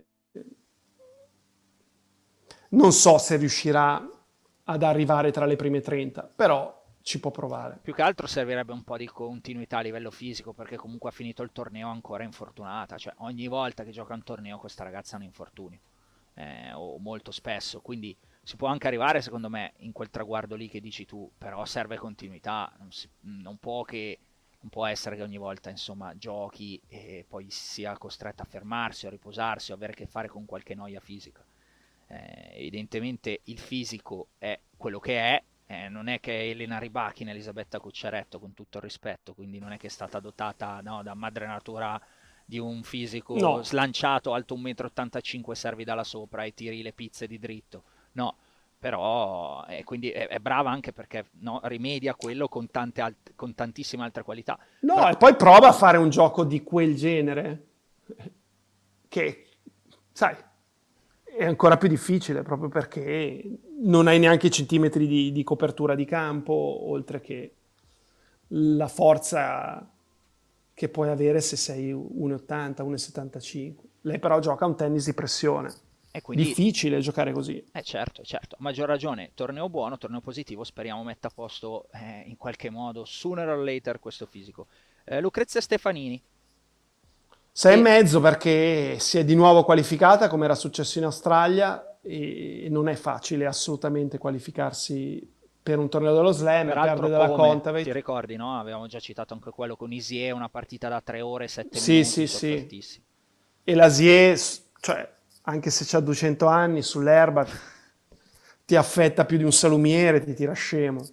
non so se riuscirà ad arrivare tra le prime trenta, però ci può provare. Più che altro servirebbe un po' di continuità a livello fisico, perché comunque ha finito il torneo ancora infortunata, cioè ogni volta che gioca un torneo questa ragazza ha un infortunio, eh, o molto spesso, quindi si può anche arrivare secondo me in quel traguardo lì che dici tu, però serve continuità, non, si, non può che non può essere che ogni volta insomma giochi e poi sia costretta a fermarsi o a riposarsi o avere a che fare con qualche noia fisica. Eh, evidentemente il fisico è quello che è, eh, non è che Elena Rybakina, Elisabetta Cocciaretto, con tutto il rispetto, quindi non è che è stata dotata, no, da madre natura di un fisico no. slanciato alto uno virgola ottantacinque m, servi dalla sopra e tiri le pizze di dritto, no, però eh, quindi è, è brava anche perché no, rimedia quello con, tante alt- con tantissime altre qualità. No, però... e poi prova a fare un gioco di quel genere che, sai, è ancora più difficile proprio perché non hai neanche i centimetri di, di copertura di campo, oltre che la forza che puoi avere se sei uno virgola ottanta, uno virgola settantacinque. Lei però gioca un tennis di pressione. E quindi... difficile giocare così. Eh certo, certo, a maggior ragione, torneo buono, torneo positivo, speriamo metta a posto eh, in qualche modo, sooner or later, questo fisico. Eh, Lucrezia Stefanini. sei e mezzo perché si è di nuovo qualificata come era successo in Australia e non è facile assolutamente qualificarsi per un torneo dello Slam, perde dalla Kontaveit. Ti ricordi, no? Avevamo già citato anche quello con Isier, una partita da tre ore, sette sì, minuti, sì, sì. E la Isier, cioè, anche se c'ha duecento anni, sull'erba ti affetta più di un salumiere, ti tira scemo.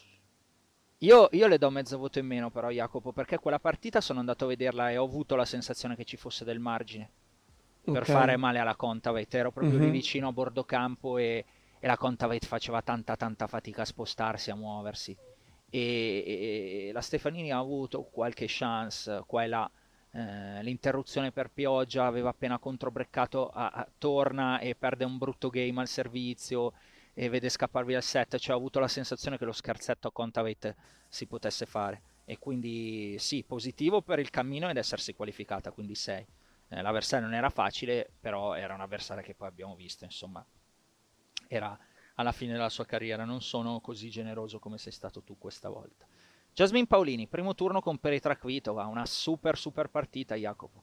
Io, io le do mezzo voto in meno però, Jacopo, perché quella partita sono andato a vederla e ho avuto la sensazione che ci fosse del margine per okay. fare male alla Kontaveit. Ero proprio mm-hmm. lì vicino a bordo campo e, e la Kontaveit faceva tanta tanta fatica a spostarsi, a muoversi, e, e la Stefanini ha avuto qualche chance qua e là. Eh, l'interruzione per pioggia, aveva appena controbreccato, a, a, torna e perde un brutto game al servizio e vede scappar via il set, cioè ho avuto la sensazione che lo scherzetto a Kontaveit si potesse fare, e quindi sì, positivo per il cammino ed essersi qualificata, quindi sei. Eh, l'avversario non era facile, però era un avversario che poi abbiamo visto, insomma, era alla fine della sua carriera. Non sono così generoso come sei stato tu questa volta. Jasmine Paolini, primo turno con Petra Kvitova, una super super partita, Jacopo.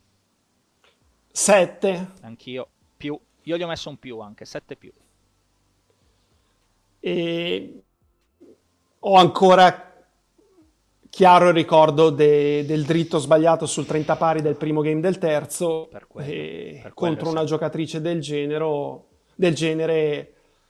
sette. Anch'io, più. Io gli ho messo un più anche, sette più. E ho ancora chiaro il ricordo de- del dritto sbagliato sul trenta pari del primo game del terzo, Per quello, e per quello contro una sì. giocatrice del genere, del genere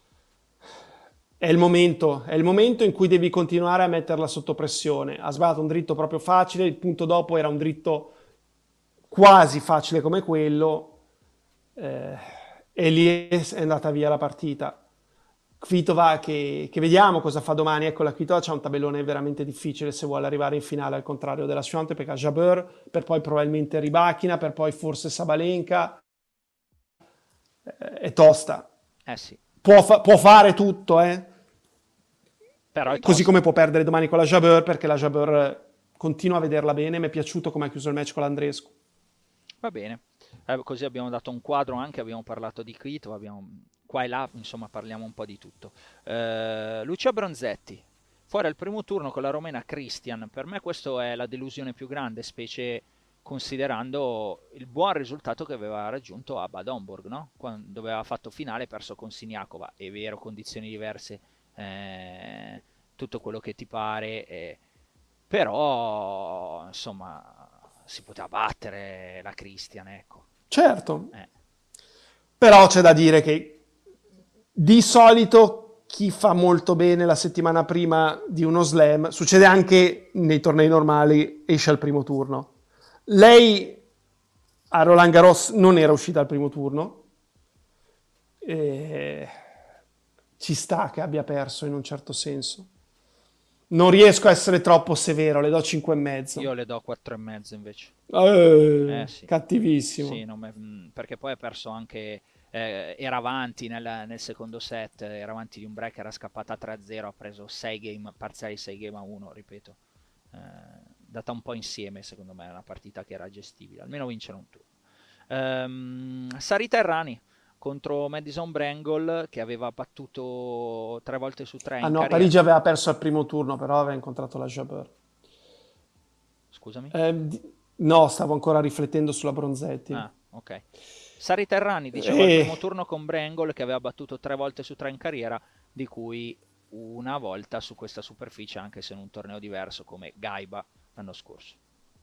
è il momento, è il momento in cui devi continuare a metterla sotto pressione. Ha sbagliato un dritto proprio facile, il punto dopo era un dritto quasi facile come quello, eh, e lì è andata via la partita. Kvitova che, che vediamo cosa fa domani. Ecco, la Kvitova c'ha un tabellone veramente difficile se vuole arrivare in finale, al contrario della Swiatek, perché ha Jabeur, per poi probabilmente Rybakina, per poi forse Sabalenka. Eh, è tosta. Eh sì. Può, fa- può fare tutto, eh. Però è Così tosto. come può perdere domani con la Jabeur, perché la Jabeur continua a vederla bene. Mi è piaciuto come ha chiuso il match con l'Andreescu. Va bene, eh, così abbiamo dato un quadro, anche abbiamo parlato di Kvitova, abbiamo qua e là, insomma parliamo un po' di tutto. Eh, Lucia Bronzetti, fuori al primo turno con la romena Christian. Per me questo è la delusione più grande, specie considerando il buon risultato che aveva raggiunto a Bad Homburg, no? Quando, dove aveva fatto finale, perso con Siniakova. È vero, condizioni diverse, eh, tutto quello che ti pare, eh, però insomma si poteva battere la Christian, ecco. Certo, Eh. però c'è da dire che di solito chi fa molto bene la settimana prima di uno slam, succede anche nei tornei normali, esce al primo turno. Lei a Roland Garros non era uscita al primo turno, e ci sta che abbia perso in un certo senso. Non riesco a essere troppo severo, le do cinque e mezzo. Io le do quattro e mezzo invece. Eh, Eh, sì. Cattivissimo. Sì, non me- perché poi ha perso anche, eh, era avanti nel, nel secondo set, era avanti di un break, era scappata tre a zero, ha preso sei game, parziali sei game a uno, ripeto. Eh, data un po' insieme, secondo me, è una partita che era gestibile, almeno vincere un turno. Ehm, Sarita Errani contro Madison Brangle, che aveva battuto tre volte su tre in Ah no, carriera. Parigi aveva perso al primo turno, però aveva incontrato la Jabeur. Scusami? Eh, di- no, stavo ancora riflettendo sulla Bronzetti. Ah, ok. Sarita Errani, dicevo, Eh. al primo turno con Brangle, che aveva battuto tre volte su tre in carriera, di cui una volta su questa superficie, anche se in un torneo diverso come Gaiba l'anno scorso.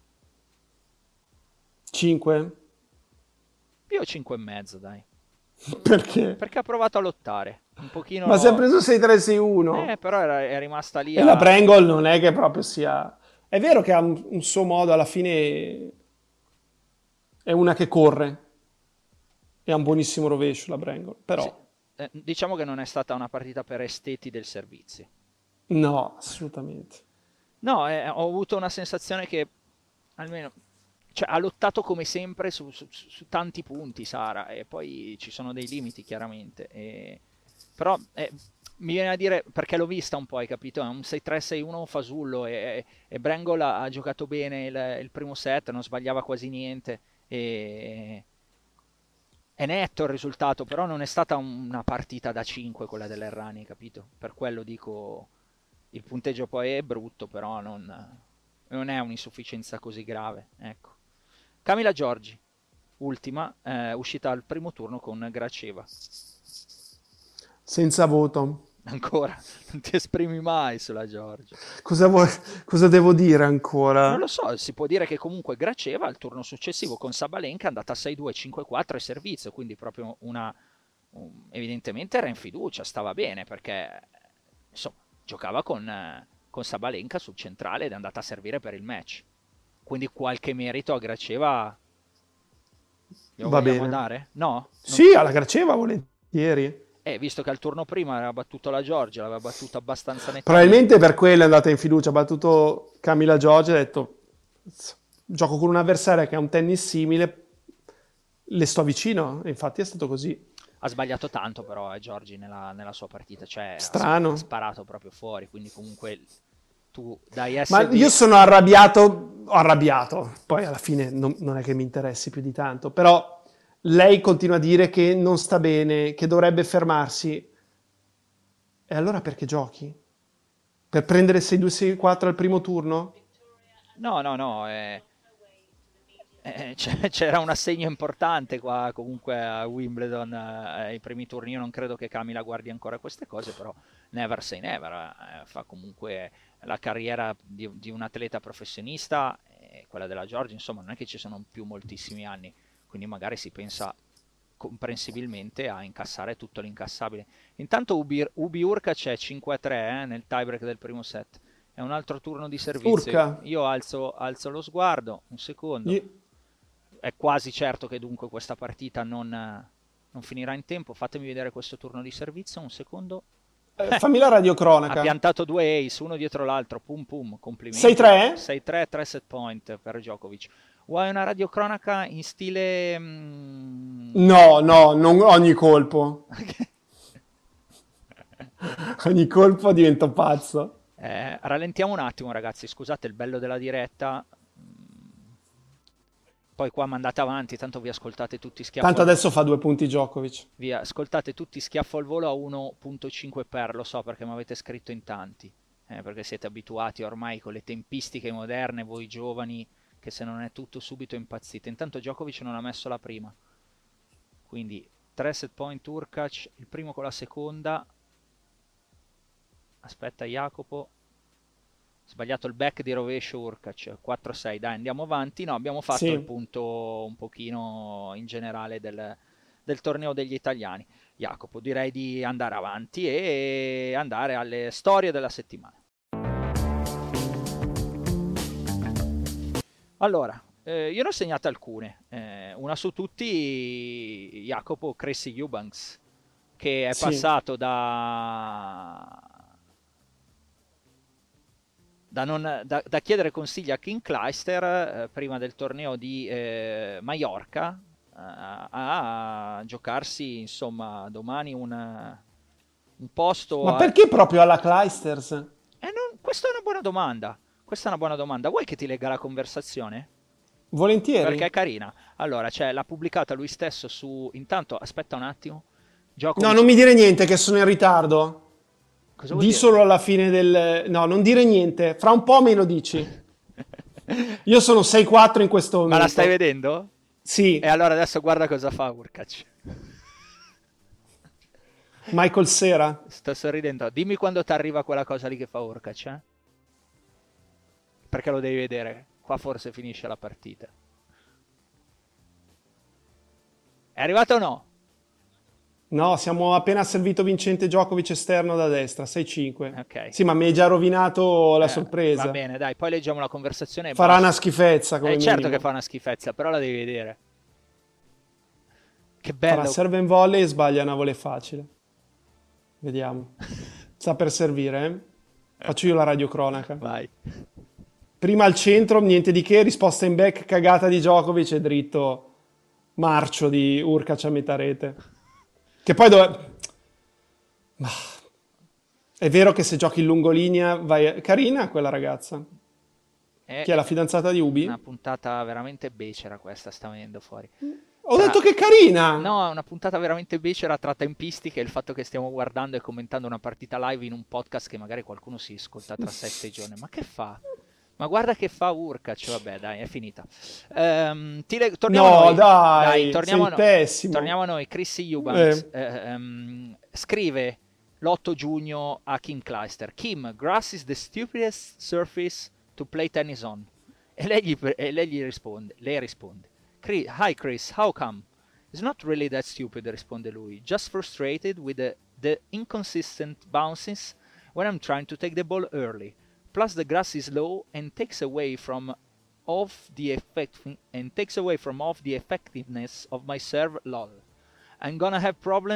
cinque? Io cinque e mezzo, dai. Perché? Perché ha provato a lottare. Un pochino... Ma si è preso sei tre sei uno. Eh, però era, è rimasta lì E a... la Brangle non è che proprio sia... È vero che ha un, un suo modo, alla fine è una che corre. E ha un buonissimo rovescio la Brangle, però... Sì. Eh, diciamo che non è stata una partita per esteti del servizio. No, assolutamente. No, eh, ho avuto una sensazione che almeno, cioè, ha lottato come sempre su, su- su tanti punti Sara, e poi ci sono dei limiti chiaramente. E... Però eh, mi viene a dire, perché l'ho vista un po', hai capito? È un sei tre sei uno fasullo, e, e Brangle ha, ha giocato bene il, il primo set, non sbagliava quasi niente. E... È netto il risultato, però non è stata una partita da cinque quella dell'Errani, capito? Per quello dico, il punteggio poi è brutto, però non, non è un'insufficienza così grave, ecco. Camila Giorgi, ultima, eh, uscita al primo turno con Graceva. Senza voto. Ancora, non ti esprimi mai sulla Giorgi. Cosa, vuoi, cosa devo dire ancora? Non lo so, si può dire che comunque Graceva al turno successivo con Sabalenka è andata a sei due cinque quattro e servizio, quindi proprio una... un- evidentemente era in fiducia, stava bene, perché insomma giocava con, eh, con Sabalenka sul centrale ed è andata a servire per il match. Quindi qualche merito a Graceva glielo Va vogliamo bene. dare? No? Non- Sì, alla Graceva volentieri. Eh, visto che al turno prima aveva battuto la Giorgia, l'aveva battuta abbastanza nettamente. Probabilmente per quello è andata in fiducia, ha battuto Camila Giorgia e ha detto gioco con un'avversaria che ha un tennis simile, le sto vicino, e infatti è stato così. Ha sbagliato tanto però eh, Giorgi nella, nella sua partita, cioè Strano. ha sparato proprio fuori, quindi comunque tu dai S D... Ma io sono arrabbiato, ho arrabbiato, poi alla fine non, non è che mi interessi più di tanto, però lei continua a dire che non sta bene, che dovrebbe fermarsi. E allora perché giochi? Per prendere sei due sei quattro al primo turno? No, no, no, eh, eh, c'era un assegno importante qua comunque a Wimbledon eh, ai primi turni. Io non credo che Camila guardi ancora queste cose, però never say never, eh, fa comunque la carriera di, di un atleta professionista, e quella della Giorgia, insomma, non è che ci sono più moltissimi anni, quindi magari si pensa comprensibilmente a incassare tutto l'incassabile. Intanto Ubi, Ubi Urca c'è cinque a tre eh, nel tiebreak del primo set. È un altro turno di servizio. Urca. Io alzo, alzo lo sguardo, un secondo. Io... È quasi certo che dunque questa partita non, non finirà in tempo. Fatemi vedere questo turno di servizio, un secondo. Eh, fammi la radiocronaca. Ha piantato due ace, uno dietro l'altro, pum pum, complimenti. sei tre? sei tre, tre set point per Djokovic. Vuoi una radiocronaca in stile... Mm... No, no, non ogni colpo. Ogni colpo divento pazzo. Eh, rallentiamo un attimo ragazzi, scusate il bello della diretta. Poi qua mandate avanti, tanto vi ascoltate tutti schiaffo. Tanto adesso fa due punti Djokovic. Vi ascoltate tutti schiaffo al volo a uno virgola cinque per, lo so perché mi avete scritto in tanti, eh, perché siete abituati ormai con le tempistiche moderne, voi giovani, che se non è tutto subito impazzite. Intanto Djokovic non ha messo la prima, quindi tre set point Urkac, il primo con la seconda. Aspetta Jacopo, sbagliato il back di rovescio Urkac, quattro sei, dai andiamo avanti. No, abbiamo fatto Sì. il punto un pochino in generale del, del torneo degli italiani. Jacopo, direi di andare avanti e andare alle storie della settimana. Allora, eh, io ne ho segnate alcune, eh, una su tutti, Jacopo, Chrissy Eubanks, che è Sì. passato da... Da, non, da, da chiedere consigli a Kim Clijsters eh, prima del torneo di eh, Maiorca eh, a, a giocarsi insomma domani un, un posto. Ma a... perché proprio alla Clijsters? Eh, non, questa è una buona domanda. Questa è una buona domanda. Vuoi che ti legga la conversazione? Volentieri. Perché è carina. Allora, cioè, l'ha pubblicata lui stesso su... Intanto, aspetta un attimo. Djokovic... No, non mi dire niente che sono in ritardo. Cosa vuol Di dire? solo alla fine del... No, non dire niente. Fra un po' me lo dici. Io sono sei quattro in questo momento. Ma la stai vedendo? Sì. E allora adesso guarda cosa fa Urkac. Michael Cera. Sto sorridendo. Dimmi quando ti arriva quella cosa lì che fa Urkac, eh? Perché lo devi vedere. Qua forse finisce la partita. È arrivato o no? No, siamo appena servito vincente Djokovic esterno da destra, sei cinque. Ok. Sì, ma mi hai già rovinato la Eh, sorpresa. Va bene, dai, poi leggiamo la conversazione e Farà basta. una schifezza come Eh, certo minimo. che fa una schifezza, però la devi vedere. Che Farà bello. serve in volley e sbaglia una volley facile. Vediamo. Sta per servire, eh? Faccio io la radiocronaca. Vai. Prima al centro, niente di che, risposta in back, cagata di Djokovic e dritto marcio di Urkac a metà rete. Che poi dove... Ma... È vero che se giochi in lungolinea vai... Carina quella ragazza. È, Chi è la fidanzata di Ubi? Una puntata veramente becera questa, sta venendo fuori. Ho Tra- detto che è carina! No, è una puntata veramente becera tra tempistiche e il fatto che stiamo guardando e commentando una partita live in un podcast che magari qualcuno si ascolta tra sette giorni. Ma che fa? Ma guarda che fa Urkac, vabbè dai, è finita. Ehm, ti leg- torniamo No, a noi. dai, torniamo, sei a no- pessimo. torniamo a noi. Chrissy Eubanks Eh. eh, ehm, scrive l'otto giugno a Kim Clijsters: Kim, grass is the stupidest surface to play tennis on. E lei gli, e lei gli risponde, lei risponde, "Chris- Hi Chris, how come? It's not really that stupid, risponde lui. Just frustrated with the, the inconsistent bounces when I'm trying to take the ball early. Plus the grass is low and takes away from off the effect and takes away from off the effectiveness of my serve lol. I'm gonna have problem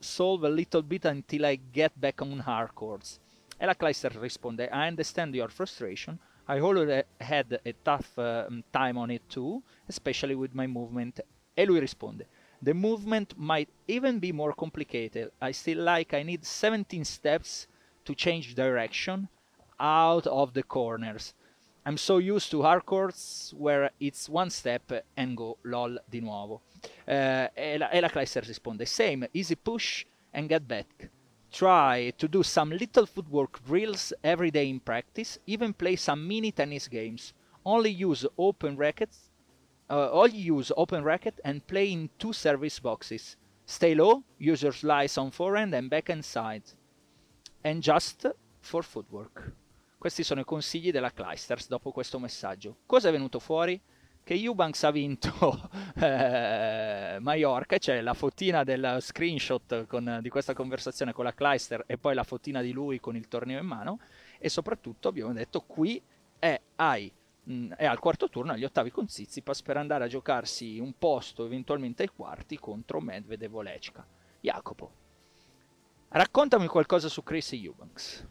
solve a little bit until I get back on hard courts. E la Clijsters risponde, I understand your frustration. I already had a tough uh, time on it too, especially with my movement. E lui risponde, the movement might even be more complicated. I still like I need seventeen steps to change direction out of the corners. I'm so used to hard courts where it's one step and go, lol, di nuovo. Uh, e, la, e la Clijsters risponde, same, easy push and get back. Try to do some little footwork drills every day in practice, even play some mini tennis games. Only use open rackets, uh, only use open racket and play in two service boxes. Stay low, use your slice on forehand and backhand side. And just for footwork. Questi sono i consigli della Clijsters dopo questo messaggio. Cosa è venuto fuori? Che Eubanks ha vinto eh, Mallorca, c'è la fotina del screenshot con, di questa conversazione con la Clijsters e poi la fotina di lui con il torneo in mano, e soprattutto abbiamo detto qui è, ai, mh, è al quarto turno, agli ottavi con Tsitsipas, per andare a giocarsi un posto eventualmente ai quarti contro Medvedev o Lechka. Jacopo, raccontami qualcosa su Chris Eubanks.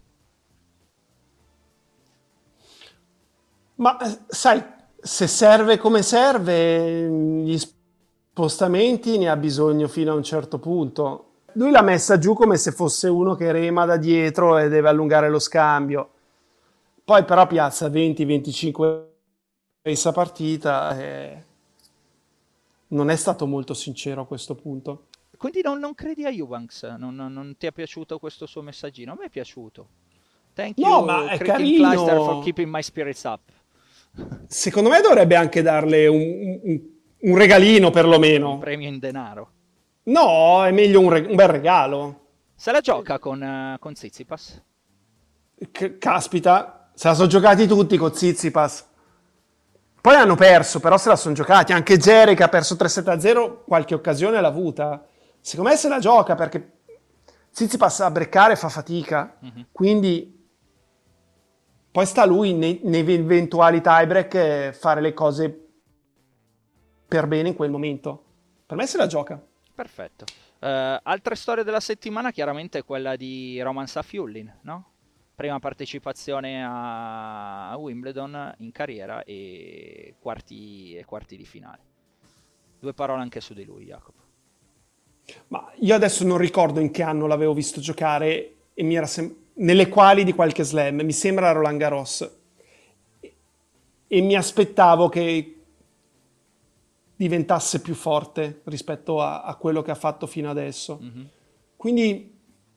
Ma sai, se serve come serve, gli spostamenti ne ha bisogno fino a un certo punto. Lui l'ha messa giù come se fosse uno che rema da dietro e deve allungare lo scambio. Poi però piazza venti venticinque race a partita e non è stato molto sincero a questo punto. Quindi non, non credi a Eubanks? Non, non, non ti è piaciuto questo suo messaggino? A me è piaciuto. Thank you, no, ma è carino. Clijsters, for keeping my spirits up. Secondo me dovrebbe anche darle un, un, un regalino perlomeno. Un premio in denaro. No, è meglio un, re- un bel regalo. Se la gioca con, uh, con Tsitsipas? C- caspita, se la sono giocati tutti con Tsitsipas. Poi hanno perso, però se la sono giocati. Anche Jerry che ha perso tre sette a zero qualche occasione l'ha avuta. Secondo me se la gioca perché Tsitsipas a breccare fa fatica. Mm-hmm. Quindi poi sta lui nei, nei eventuali tiebreak fare le cose per bene in quel momento. Per me se la gioca. Perfetto. Uh, altre storie della settimana, chiaramente quella di Roman Safiullin, no? Prima partecipazione a, a Wimbledon in carriera e quarti, e quarti di finale. Due parole anche su di lui, Jacopo. Ma io adesso non ricordo in che anno l'avevo visto giocare e mi era sem- nelle quali di qualche slam, mi sembra Roland Garros, e, e mi aspettavo che diventasse più forte rispetto a, a quello che ha fatto fino adesso. Mm-hmm. Quindi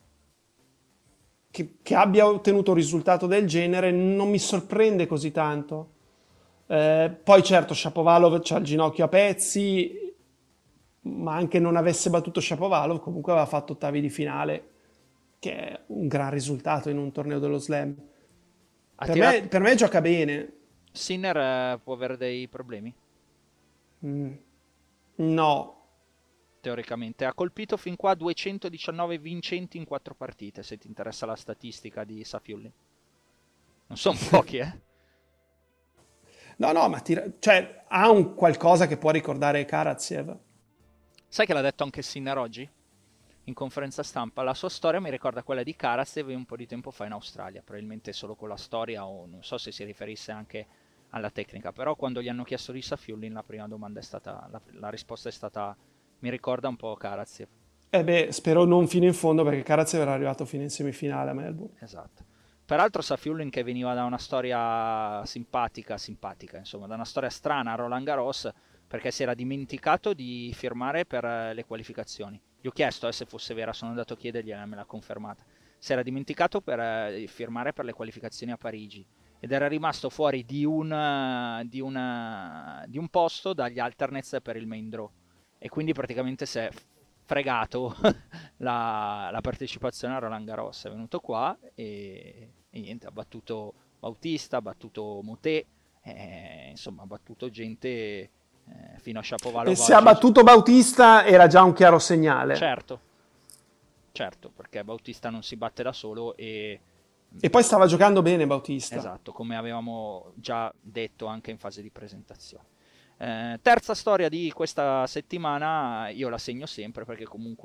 che, che abbia ottenuto un risultato del genere non mi sorprende così tanto. Eh, poi certo Shapovalov c'ha il ginocchio a pezzi, ma anche non avesse battuto Shapovalov comunque aveva fatto ottavi di finale, che è un gran risultato in un torneo dello slam. Per, tirato... me, per me gioca bene. Sinner eh, può avere dei problemi? Mm. No. Teoricamente ha colpito fin qua duecentodiciannove vincenti in quattro partite, se ti interessa la statistica di Safiullin. Non sono pochi, eh? No, no, ma tira... cioè, ha un qualcosa che può ricordare Karatsev. Sai che l'ha detto anche Sinner oggi? In conferenza stampa, la sua storia mi ricorda quella di Karatsev un po' di tempo fa in Australia, probabilmente solo con la storia o non so se si riferisse anche alla tecnica, però quando gli hanno chiesto di Safiullin la prima domanda è stata, la, la risposta è stata, mi ricorda un po' Karatsev. Eh beh, spero non fino in fondo perché Karatsev era arrivato fino in semifinale a Melbourne. Esatto. Peraltro Safiullin che veniva da una storia simpatica, simpatica, insomma, da una storia strana a Roland Garros, perché si era dimenticato di firmare per le qualificazioni. Gli ho chiesto eh, se fosse vera, sono andato a chiedergliela e me l'ha confermata. Si era dimenticato per eh, firmare per le qualificazioni a Parigi ed era rimasto fuori di un, di una, di un posto dagli alternates per il main draw e quindi praticamente si è fregato la, la partecipazione a Roland Garros. È venuto qua e, e niente, ha battuto Bautista, ha battuto Moutet, eh, insomma ha battuto gente... Eh, fino a Shapovalov. E se ha battuto Bautista era già un chiaro segnale. Certo, certo, perché Bautista non si batte da solo e... E poi stava giocando bene Bautista. Esatto, come avevamo già detto anche in fase di presentazione. Eh, terza storia di questa settimana, io la segno sempre perché comunque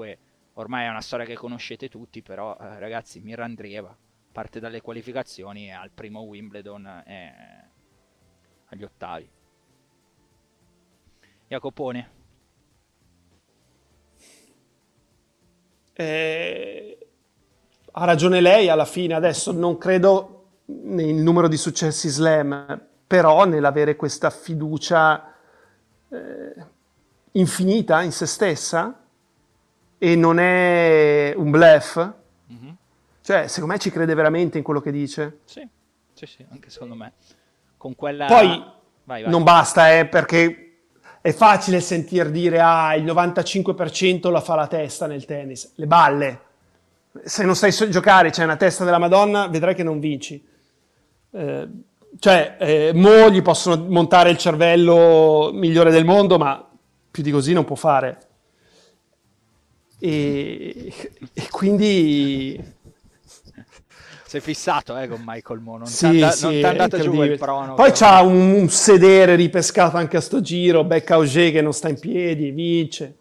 ormai è una storia che conoscete tutti, però eh, ragazzi, Mir Andreeva parte dalle qualificazioni e al primo Wimbledon e agli ottavi. Jacopone. Eh, ha ragione lei alla fine, adesso non credo nel numero di successi slam, però nell'avere questa fiducia eh, infinita in se stessa, e non è un bluff, mm-hmm. Cioè secondo me ci crede veramente in quello che dice. Sì, sì, sì, anche secondo me. Con quella... Poi vai, vai. Non basta, eh, perché è facile sentir dire ah, il novantacinque per cento la fa la testa nel tennis. Le balle. Se non sai giocare, c'è una testa della Madonna, vedrai che non vinci. Eh, cioè, eh, mo gli possono montare il cervello migliore del mondo, ma più di così non può fare. E, e quindi... Sei fissato eh, con Michael Mo, non sì, t'è sì, andato giù quel prono. Poi c'ha un, un sedere ripescato anche a sto giro, becca Auger che non sta in piedi e vince.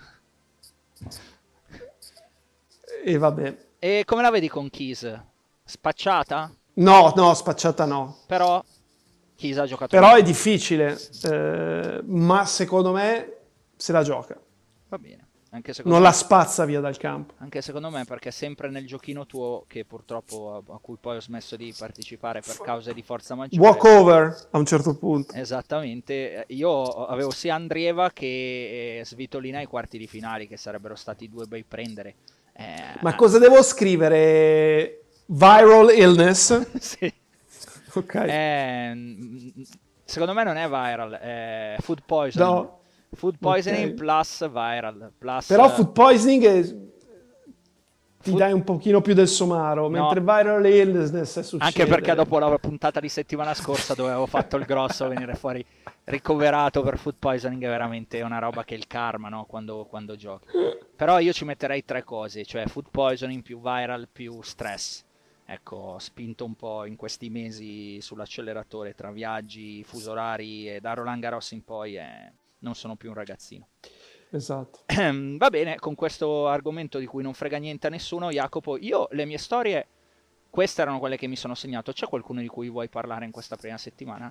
E vabbè. E come la vedi con Keys? Spacciata? No, no, spacciata no. Però Keys ha giocato. Però è difficile, eh, ma secondo me se la gioca. Va bene. Anche secondo non me, la spazza via dal campo. Anche secondo me, perché sempre nel giochino tuo, che purtroppo a, a cui poi ho smesso di partecipare per cause di forza maggiore. Walkover a un certo punto. Esattamente. Io avevo sia Andreeva che Svitolina ai quarti di finali, che sarebbero stati due bei prendere. Eh, Ma cosa devo scrivere? Viral illness? Sì. Ok. Eh, secondo me non è viral, è food poisoning. No. Food poisoning okay. plus viral. Plus, Però food poisoning è... ti food... dai un pochino più del somaro, no. Mentre viral illness succede. Anche perché dopo la puntata di settimana scorsa dove avevo fatto il grosso, venire fuori ricoverato per food poisoning è veramente una roba che è il karma, no? Quando, quando giochi. Però io ci metterei tre cose, cioè food poisoning più viral più stress. Ecco, ho spinto un po' in questi mesi sull'acceleratore tra viaggi, fuso orari e da Roland Garros in poi è... non sono più un ragazzino. Esatto. Va bene, con questo argomento di cui non frega niente a nessuno, Jacopo, io le mie storie, queste erano quelle che mi sono segnato. C'è qualcuno di cui vuoi parlare in questa prima settimana?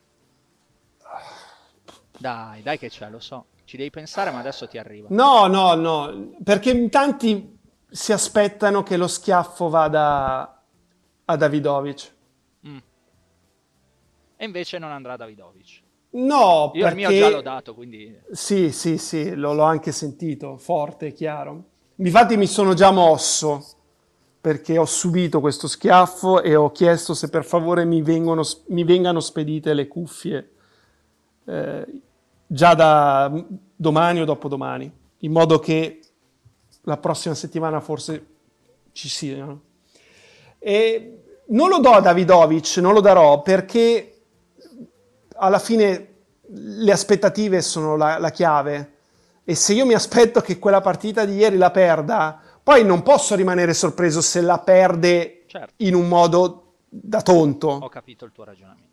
Dai, dai che c'è, lo so. Ci devi pensare, ma adesso ti arriva. No, no, no, perché in tanti si aspettano che lo schiaffo vada a Davidovic. Mm. E invece non andrà Davidovic. No, io perché... il mio già l'ho dato, quindi... Sì, sì, sì, lo, l'ho anche sentito, forte, chiaro. Infatti mi sono già mosso, perché ho subito questo schiaffo e ho chiesto se per favore mi, vengono, mi vengano spedite le cuffie eh, già da domani o dopodomani, in modo che la prossima settimana forse ci siano. E non lo do a Davidovic, non lo darò, perché... alla fine le aspettative sono la, la chiave, e se io mi aspetto che quella partita di ieri la perda, poi non posso rimanere sorpreso se la perde, certo, in un modo da tonto. Ho capito il tuo ragionamento.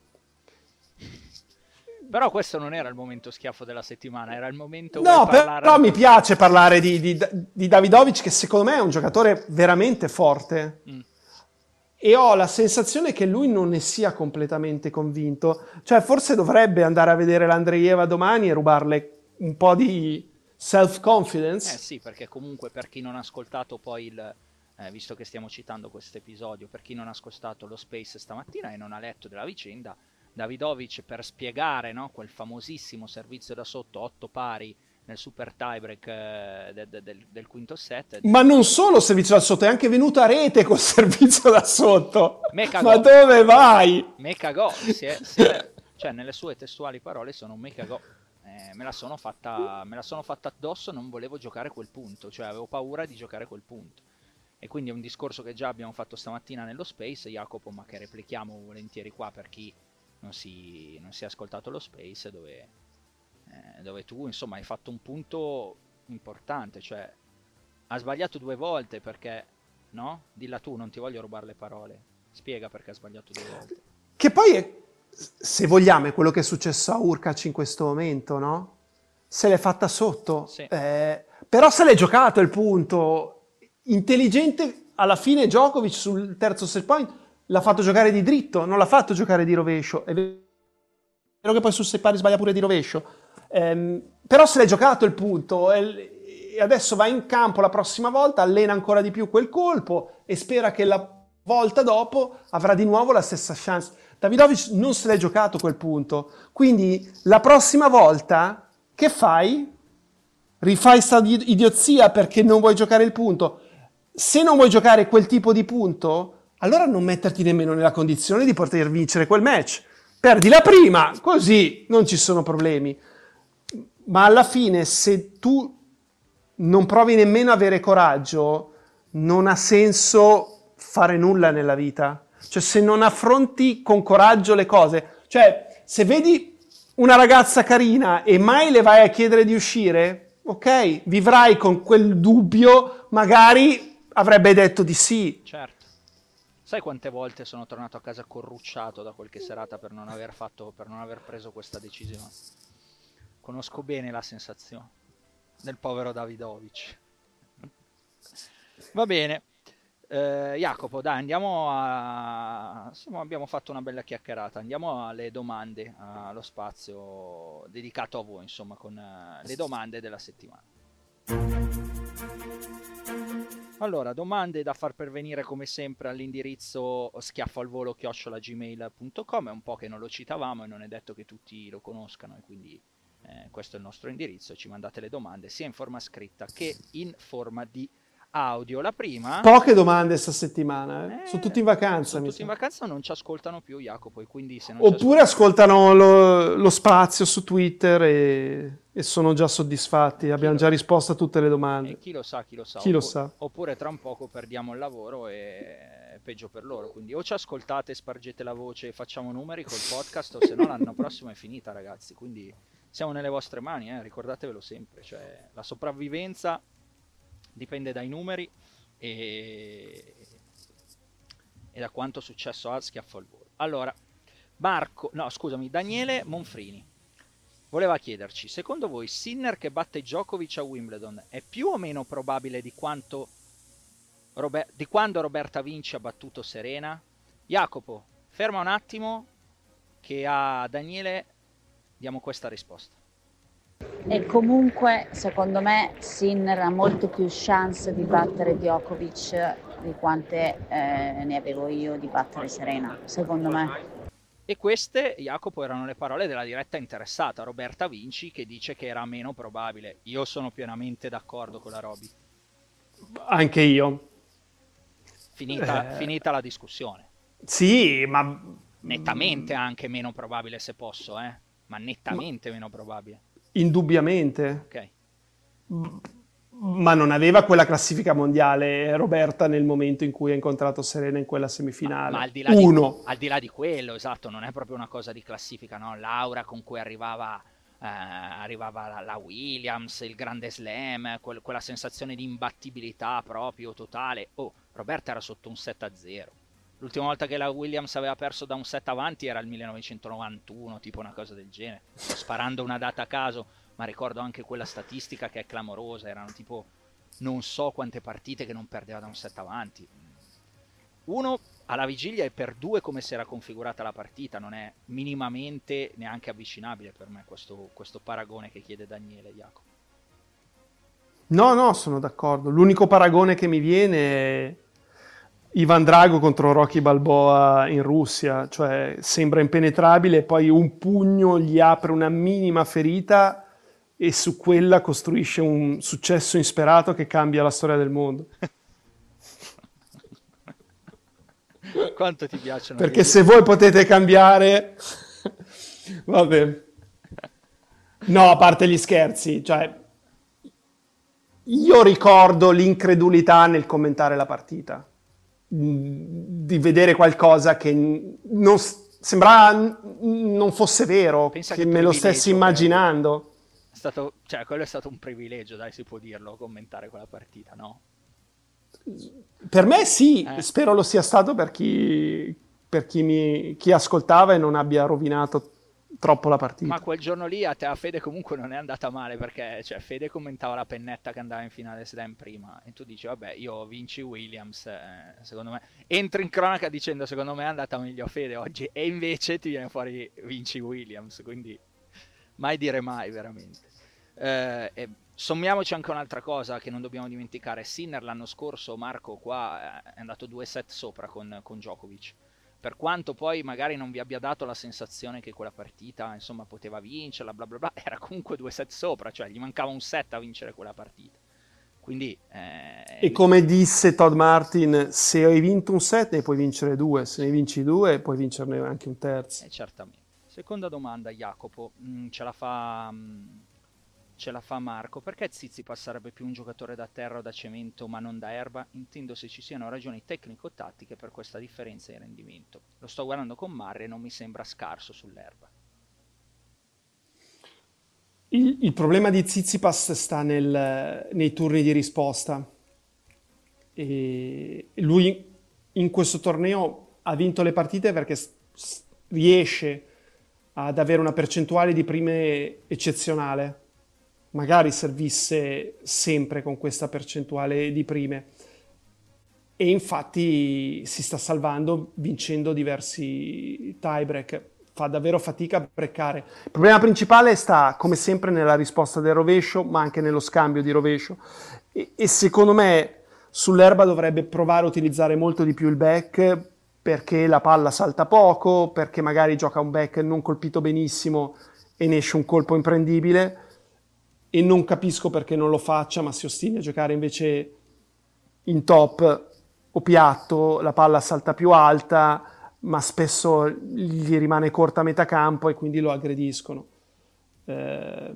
Però questo non era il momento schiaffo della settimana, era il momento... No, parlare però mi piace parlare di, di, di Davidovic, che secondo me è un giocatore veramente forte. Mm. E ho la sensazione che lui non ne sia completamente convinto. Cioè, forse dovrebbe andare a vedere l'Andreeva domani e rubarle un po' di self-confidence. Eh sì, perché comunque per chi non ha ascoltato poi il... Eh, visto che stiamo citando questo episodio, per chi non ha ascoltato lo Space stamattina e non ha letto della vicenda, Davidovic, per spiegare, no, quel famosissimo servizio da sotto, otto pari, nel super tiebreak eh, de, de, del, del quinto set. Ma non solo servizio da sotto, è anche venuto a rete col servizio da sotto. Me Ma dove vai? Me cagò, si è, si è, cioè nelle sue testuali parole sono me cagò. Eh, me la sono fatta me la sono fatta addosso, non volevo giocare quel punto, cioè avevo paura di giocare quel punto. E quindi è un discorso che già abbiamo fatto stamattina nello Space, Jacopo, ma che replichiamo volentieri qua per chi non si, non si è ascoltato lo Space, dove... Eh, dove tu insomma hai fatto un punto importante, cioè ha sbagliato due volte perché, no? Dilla tu, non ti voglio rubare le parole, spiega perché ha sbagliato due volte. Che poi è, se vogliamo, è quello che è successo a Hurkacz in questo momento, no? Se l'è fatta sotto, sì. eh, Però se l'è giocato il punto. Intelligente, alla fine Djokovic sul terzo set point l'ha fatto giocare di dritto, non l'ha fatto giocare di rovescio. È vero che poi sul set pari sbaglia pure di rovescio. Ehm, però se l'è giocato il punto e adesso va in campo la prossima volta, allena ancora di più quel colpo e spera che la volta dopo avrà di nuovo la stessa chance. Davidovic non se l'è giocato quel punto, quindi la prossima volta che fai? Rifai sta idiozia perché non vuoi giocare il punto. Se non vuoi giocare quel tipo di punto, allora non metterti nemmeno nella condizione di poter vincere quel match. Perdi la prima, così non ci sono problemi. Ma alla fine, se tu non provi nemmeno a avere coraggio, non ha senso fare nulla nella vita. Cioè, se non affronti con coraggio le cose, cioè, se vedi una ragazza carina e mai le vai a chiedere di uscire, ok, vivrai con quel dubbio, magari avrebbe detto di sì. Certo. Sai quante volte sono tornato a casa corrucciato da qualche serata per non aver fatto, per non aver preso questa decisione? Conosco bene la sensazione del povero Davidovic. Va bene. Eh, Jacopo, dai, andiamo a... Insomma, abbiamo fatto una bella chiacchierata. Andiamo alle domande, allo spazio dedicato a voi, insomma, con uh, le domande della settimana. Allora, domande da far pervenire come sempre all'indirizzo schiaffalvolo chiocciola gmail punto com. È un po' che non lo citavamo e non è detto che tutti lo conoscano, e quindi eh, questo è il nostro indirizzo. Ci mandate le domande sia in forma scritta che in forma di audio. La prima... Poche domande sta settimana, eh? Eh, sono tutti in vacanza. Sono mi tutti in sa. vacanza, non ci ascoltano più, Jacopo, e quindi se non Oppure ascoltano lo, lo spazio su Twitter e, e sono già soddisfatti. Abbiamo lo- già risposto a tutte le domande. E chi lo sa, chi lo sa. Chi lo Oppu- sa. Oppure tra un poco perdiamo il lavoro e è peggio per loro. Quindi o ci ascoltate, spargete la voce e facciamo numeri col podcast, o se no l'anno prossimo è finita, ragazzi. Quindi siamo nelle vostre mani, eh? Ricordatevelo sempre. Cioè, la sopravvivenza dipende dai numeri e, e da quanto successo ha Schiaffo al volo. Allora, Marco, no scusami, Daniele Monfrini voleva chiederci: secondo voi Sinner che batte Djokovic a Wimbledon è più o meno probabile di quanto Rober- di quando Roberta Vinci ha battuto Serena? Jacopo, ferma un attimo che a Daniele diamo questa risposta. E comunque, secondo me, Sinner ha molte più chance di battere Djokovic di quante eh, ne avevo io di battere Serena, secondo me. E queste, Jacopo, erano le parole della diretta interessata, Roberta Vinci, che dice che era meno probabile. Io sono pienamente d'accordo con la Roby. Anche io. Finita, Eh. finita la discussione. Sì, ma Nettamente anche meno probabile, se posso, eh? Ma nettamente meno probabile. indubbiamente. Ok. Ma non aveva quella classifica mondiale Roberta nel momento in cui ha incontrato Serena in quella semifinale. Ma al di là Uno. Di, al di là di quello, esatto, non è proprio una cosa di classifica, no? L'aura con cui arrivava, eh, arrivava la, la Williams, il grande slam, quel- quella sensazione di imbattibilità proprio totale. Oh, Roberta era sotto un set a zero. L'ultima volta che la Williams aveva perso da un set avanti era il millenovecentonovantuno, tipo una cosa del genere. Sto sparando una data a caso, ma ricordo anche quella statistica che è clamorosa. Erano tipo non so quante partite che non perdeva da un set avanti. Uno, alla vigilia, e per due come si era configurata la partita. Non è minimamente neanche avvicinabile per me questo, questo paragone che chiede Daniele, Jacopo. No, no, sono d'accordo. L'unico paragone che mi viene è Ivan Drago contro Rocky Balboa in Russia. Cioè, sembra impenetrabile, poi un pugno gli apre una minima ferita e su quella costruisce un successo insperato che cambia la storia del mondo. Quanto ti piacciono? Perché gli- se voi potete cambiare... Vabbè. No, a parte gli scherzi, cioè... Io ricordo l'incredulità nel commentare la partita. Di vedere qualcosa che non sembrava non fosse vero, Pensa che che me lo privilegio stessi che immaginando. È stato, cioè, quello è stato un privilegio, dai, si può dirlo, commentare quella partita, no? Per me sì, Eh. spero lo sia stato per chi, per chi, mi, chi ascoltava e non abbia rovinato troppo la partita. Ma quel giorno lì a te, a Fede comunque non è andata male, perché cioè, Fede commentava la pennetta che andava in finale slam prima e tu dici vabbè, io vinci Williams, eh, secondo me entri in cronaca dicendo secondo me è andata meglio a Fede oggi, e invece ti viene fuori vinci Williams, quindi mai dire mai veramente. Eh, e sommiamoci anche un'altra cosa che non dobbiamo dimenticare: Sinner l'anno scorso, Marco, qua è andato due set sopra con, con Djokovic. Per quanto poi magari non vi abbia dato la sensazione che quella partita insomma poteva vincerla, bla bla bla, era comunque due set sopra, cioè gli mancava un set a vincere quella partita. Quindi eh, e come disse Todd Martin, se hai vinto un set ne puoi vincere due, se ne vinci due puoi vincerne anche un terzo. Eh, certamente. Seconda domanda, Jacopo, mm, ce la fa mm, ce la fa Marco: perché Tsitsipas sarebbe più un giocatore da terra o da cemento ma non da erba? Intendo se ci siano ragioni tecnico-tattiche per questa differenza di rendimento. Lo sto guardando con Murray e non mi sembra scarso sull'erba. Il, il problema di Tsitsipas sta nel, nei turni di risposta. E lui in questo torneo ha vinto le partite perché s- s- riesce ad avere una percentuale di prime eccezionale. Magari servisse sempre con questa percentuale di prime. E infatti si sta salvando vincendo diversi tiebreak. Fa davvero fatica a breccare. Il problema principale sta, come sempre, nella risposta del rovescio, ma anche nello scambio di rovescio. E, e secondo me sull'erba dovrebbe provare a utilizzare molto di più il back, perché la palla salta poco, perché magari gioca un back non colpito benissimo e ne esce un colpo imprendibile. E non capisco perché non lo faccia, ma si ostini a giocare invece in top o piatto, la palla salta più alta, ma spesso gli rimane corta a metà campo e quindi lo aggrediscono. Eh...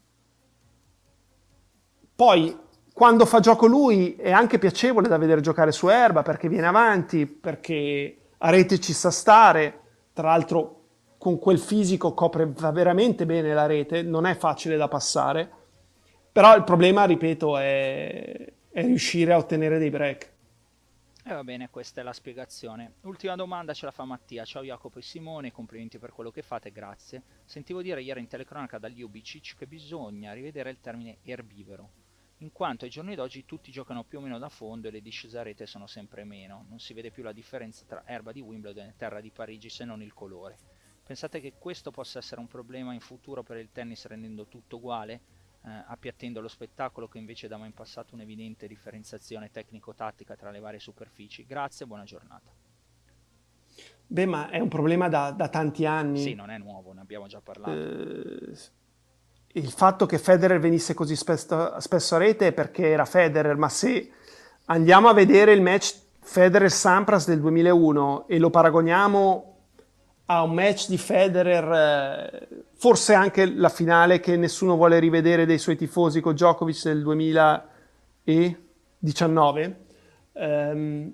Poi, quando fa gioco lui, è anche piacevole da vedere giocare su erba, perché viene avanti, perché a rete ci sa stare, tra l'altro con quel fisico copre veramente bene la rete, non è facile da passare. Però il problema, ripeto, è, è riuscire a ottenere dei break. E eh, va bene, questa è la spiegazione. Ultima domanda ce la fa Mattia. Ciao Jacopo e Simone, complimenti per quello che fate, grazie. Sentivo dire ieri in telecronaca da Ljubicic che bisogna rivedere il termine erbivoro, in quanto ai giorni d'oggi tutti giocano più o meno da fondo e le discese a rete sono sempre meno. Non si vede più la differenza tra erba di Wimbledon e terra di Parigi, se non il colore. Pensate che questo possa essere un problema in futuro per il tennis, rendendo tutto uguale? Eh, appiattendo lo spettacolo, che invece dava in passato un'evidente differenziazione tecnico-tattica tra le varie superfici. Grazie, buona giornata. Beh, ma è un problema da, da tanti anni. Sì, non è nuovo, ne abbiamo già parlato. Eh, il fatto che Federer venisse così spesso, spesso a rete è perché era Federer, ma se andiamo a vedere il match Federer-Sampras del duemilauno e lo paragoniamo a un match di Federer, eh, forse anche la finale che nessuno vuole rivedere dei suoi tifosi con Djokovic del duemiladiciannove, ehm,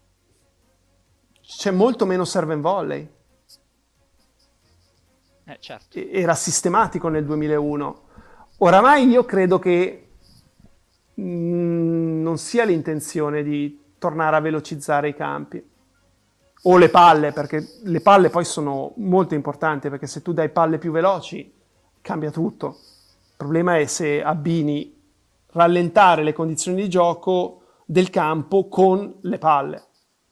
c'è molto meno serve and volley. Eh, certo. Era sistematico nel duemilauno. Oramai io credo che mh, non sia l'intenzione di tornare a velocizzare i campi. O le palle, perché le palle poi sono molto importanti, perché se tu dai palle più veloci cambia tutto. Il problema è se abbini rallentare le condizioni di gioco del campo con le palle.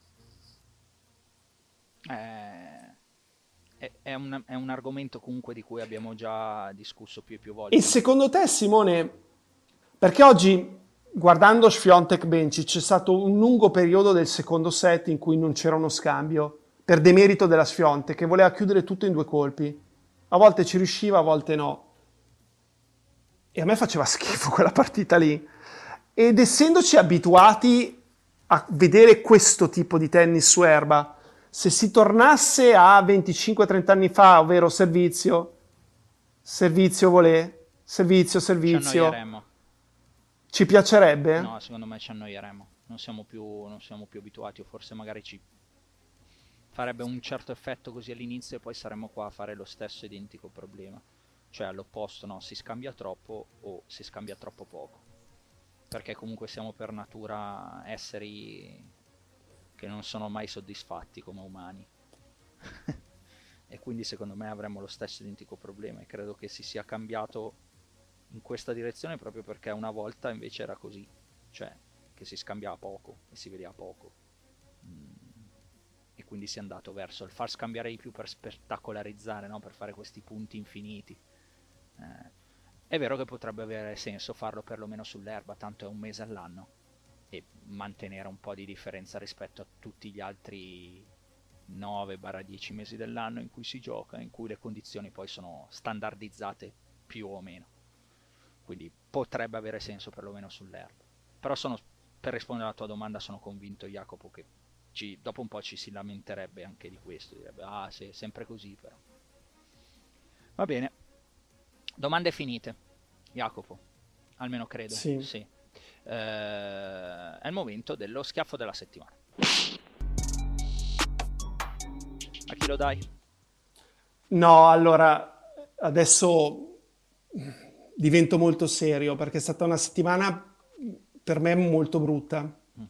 Eh, è, è, un, è un argomento comunque di cui abbiamo già discusso più e più volte. E secondo te, Simone, perché oggi, guardando Swiatek Bencic, c'è stato un lungo periodo del secondo set in cui non c'era uno scambio, per demerito della Swiatek, che voleva chiudere tutto in due colpi. A volte ci riusciva, a volte no. E a me faceva schifo quella partita lì. Ed essendoci abituati a vedere questo tipo di tennis su erba, se si tornasse a venticinque trenta anni fa, ovvero servizio, servizio volé, servizio, servizio... Ci annoieremmo. Ci piacerebbe? No, secondo me ci annoieremo. Non siamo più, non siamo più abituati, o forse magari ci farebbe un certo effetto così all'inizio e poi saremmo qua a fare lo stesso identico problema. Cioè all'opposto, no? Si scambia troppo o si scambia troppo poco. Perché comunque siamo per natura esseri che non sono mai soddisfatti come umani. e quindi secondo me avremmo lo stesso identico problema, e credo che si sia cambiato in questa direzione proprio perché una volta invece era così, cioè che si scambiava poco e si vedeva poco, mm. e quindi si è andato verso il far scambiare di più per spettacolarizzare, no? Per fare questi punti infiniti. Eh, è vero che potrebbe avere senso farlo perlomeno sull'erba, tanto è un mese all'anno, e mantenere un po' di differenza rispetto a tutti gli altri nove dieci mesi dell'anno in cui si gioca, in cui le condizioni poi sono standardizzate più o meno, quindi potrebbe avere senso perlomeno sull'erba. Però sono, per rispondere alla tua domanda, sono convinto, Jacopo, che ci, dopo un po' ci si lamenterebbe anche di questo, direbbe ah sì, è sempre così. Però va bene, domande finite, Jacopo, almeno credo. Sì, sì. Eh, è il momento dello schiaffo della settimana. A chi lo dai? No, allora adesso divento molto serio perché è stata una settimana per me molto brutta, mm.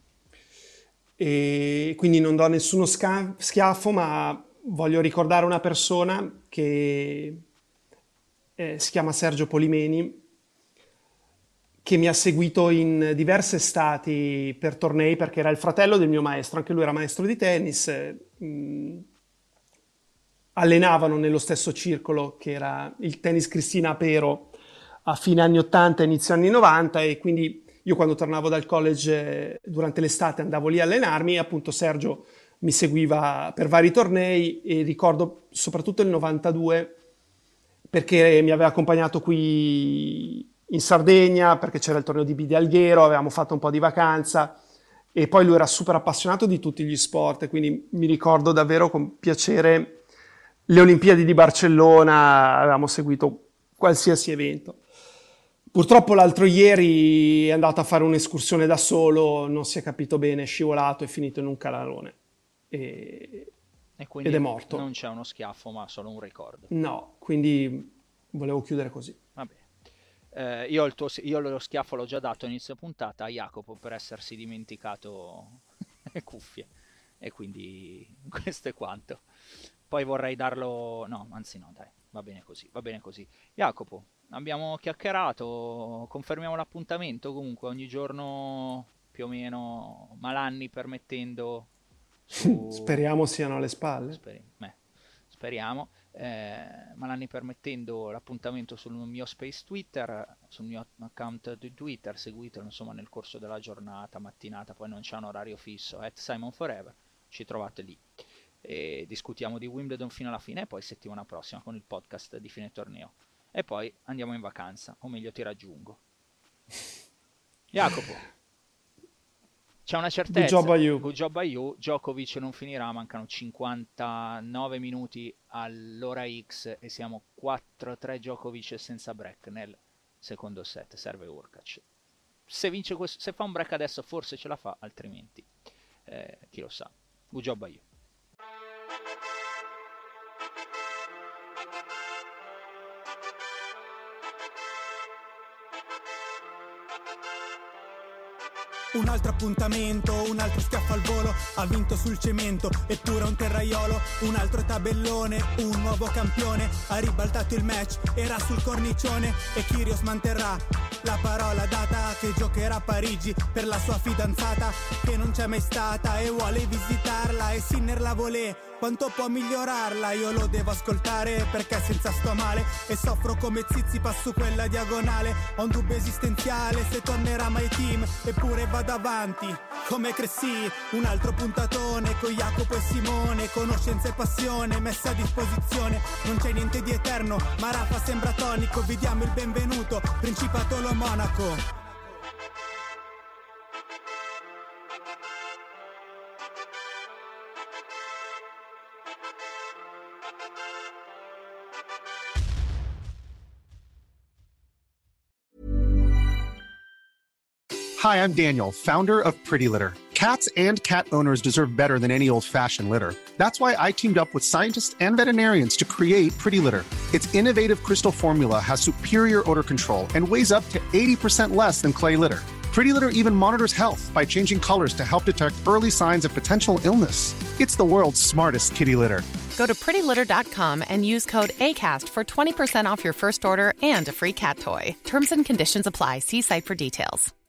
e quindi non do nessuno sca- schiaffo, ma voglio ricordare una persona che eh, si chiama Sergio Polimeni, che mi ha seguito in diverse estati per tornei perché era il fratello del mio maestro, anche lui era maestro di tennis, mh, allenavano nello stesso circolo che era il Tennis Cristina Pero a fine anni ottanta, inizio anni novanta, e quindi io quando tornavo dal college eh, durante l'estate andavo lì a allenarmi, e appunto Sergio mi seguiva per vari tornei, e ricordo soprattutto il novantadue perché mi aveva accompagnato qui in Sardegna perché c'era il torneo di Bidi Alghero, avevamo fatto un po' di vacanza, e poi lui era super appassionato di tutti gli sport, quindi mi ricordo davvero con piacere le Olimpiadi di Barcellona, avevamo seguito qualsiasi evento. Purtroppo l'altro ieri è andato a fare un'escursione da solo, non si è capito bene, è scivolato, è finito in un canalone e, e quindi ed è morto. Non c'è uno schiaffo, ma solo un ricordo. No, quindi volevo chiudere così. Vabbè. Eh, io, il tuo, io lo schiaffo l'ho già dato a inizio puntata a Jacopo per essersi dimenticato le cuffie, e quindi questo è quanto. Poi vorrei darlo, no, anzi no, dai, va bene così, va bene così. Jacopo, abbiamo chiacchierato, confermiamo l'appuntamento comunque ogni giorno più o meno, malanni permettendo. Su... Speriamo siano alle spalle. Speri... Beh, speriamo. Eh, malanni permettendo, l'appuntamento sul mio space Twitter, sul mio account di Twitter, seguitelo insomma nel corso della giornata, mattinata, poi non c'è un orario fisso, at Simon Forever, ci trovate lì e discutiamo di Wimbledon fino alla fine, e poi settimana prossima con il podcast di fine torneo, e poi andiamo in vacanza, o meglio ti raggiungo. Jacopo, c'è una certezza, good job by you. Good job by you. Djokovic non finirà, mancano cinquantanove minuti all'ora X e siamo quattro a tre Djokovic senza break nel secondo set, serve Urkac. Se vince questo, se fa un break adesso forse ce la fa, altrimenti eh, chi lo sa. Good job by you. Un altro appuntamento, un altro schiaffo al volo, ha vinto sul cemento, eppure un terraiolo, un altro tabellone, un nuovo campione, ha ribaltato il match, era sul cornicione, e Kyrgios manterrà la parola data che giocherà a Parigi per la sua fidanzata che non c'è mai stata e vuole visitarla, e Sinner la volè. Quanto può migliorarla? Io lo devo ascoltare perché senza sto male e soffro come Tsitsipas su quella diagonale. Ho un dubbio esistenziale se tornerà mai team, eppure vado avanti come Cressy. Un altro puntatone con Jacopo e Simone, conoscenza e passione messa a disposizione. Non c'è niente di eterno, ma Rafa sembra tonico. Vi diamo il benvenuto, Principato lo Monaco. Hi, I'm Daniel, founder of Pretty Litter. Cats and cat owners deserve better than any old-fashioned litter. That's why I teamed up with scientists and veterinarians to create Pretty Litter. Its innovative crystal formula has superior odor control and weighs up to eighty percent less than clay litter. Pretty Litter even monitors health by changing colors to help detect early signs of potential illness. It's the world's smartest kitty litter. Go to pretty litter dot com and use code ACAST for twenty percent off your first order and a free cat toy. Terms and conditions apply. See site for details.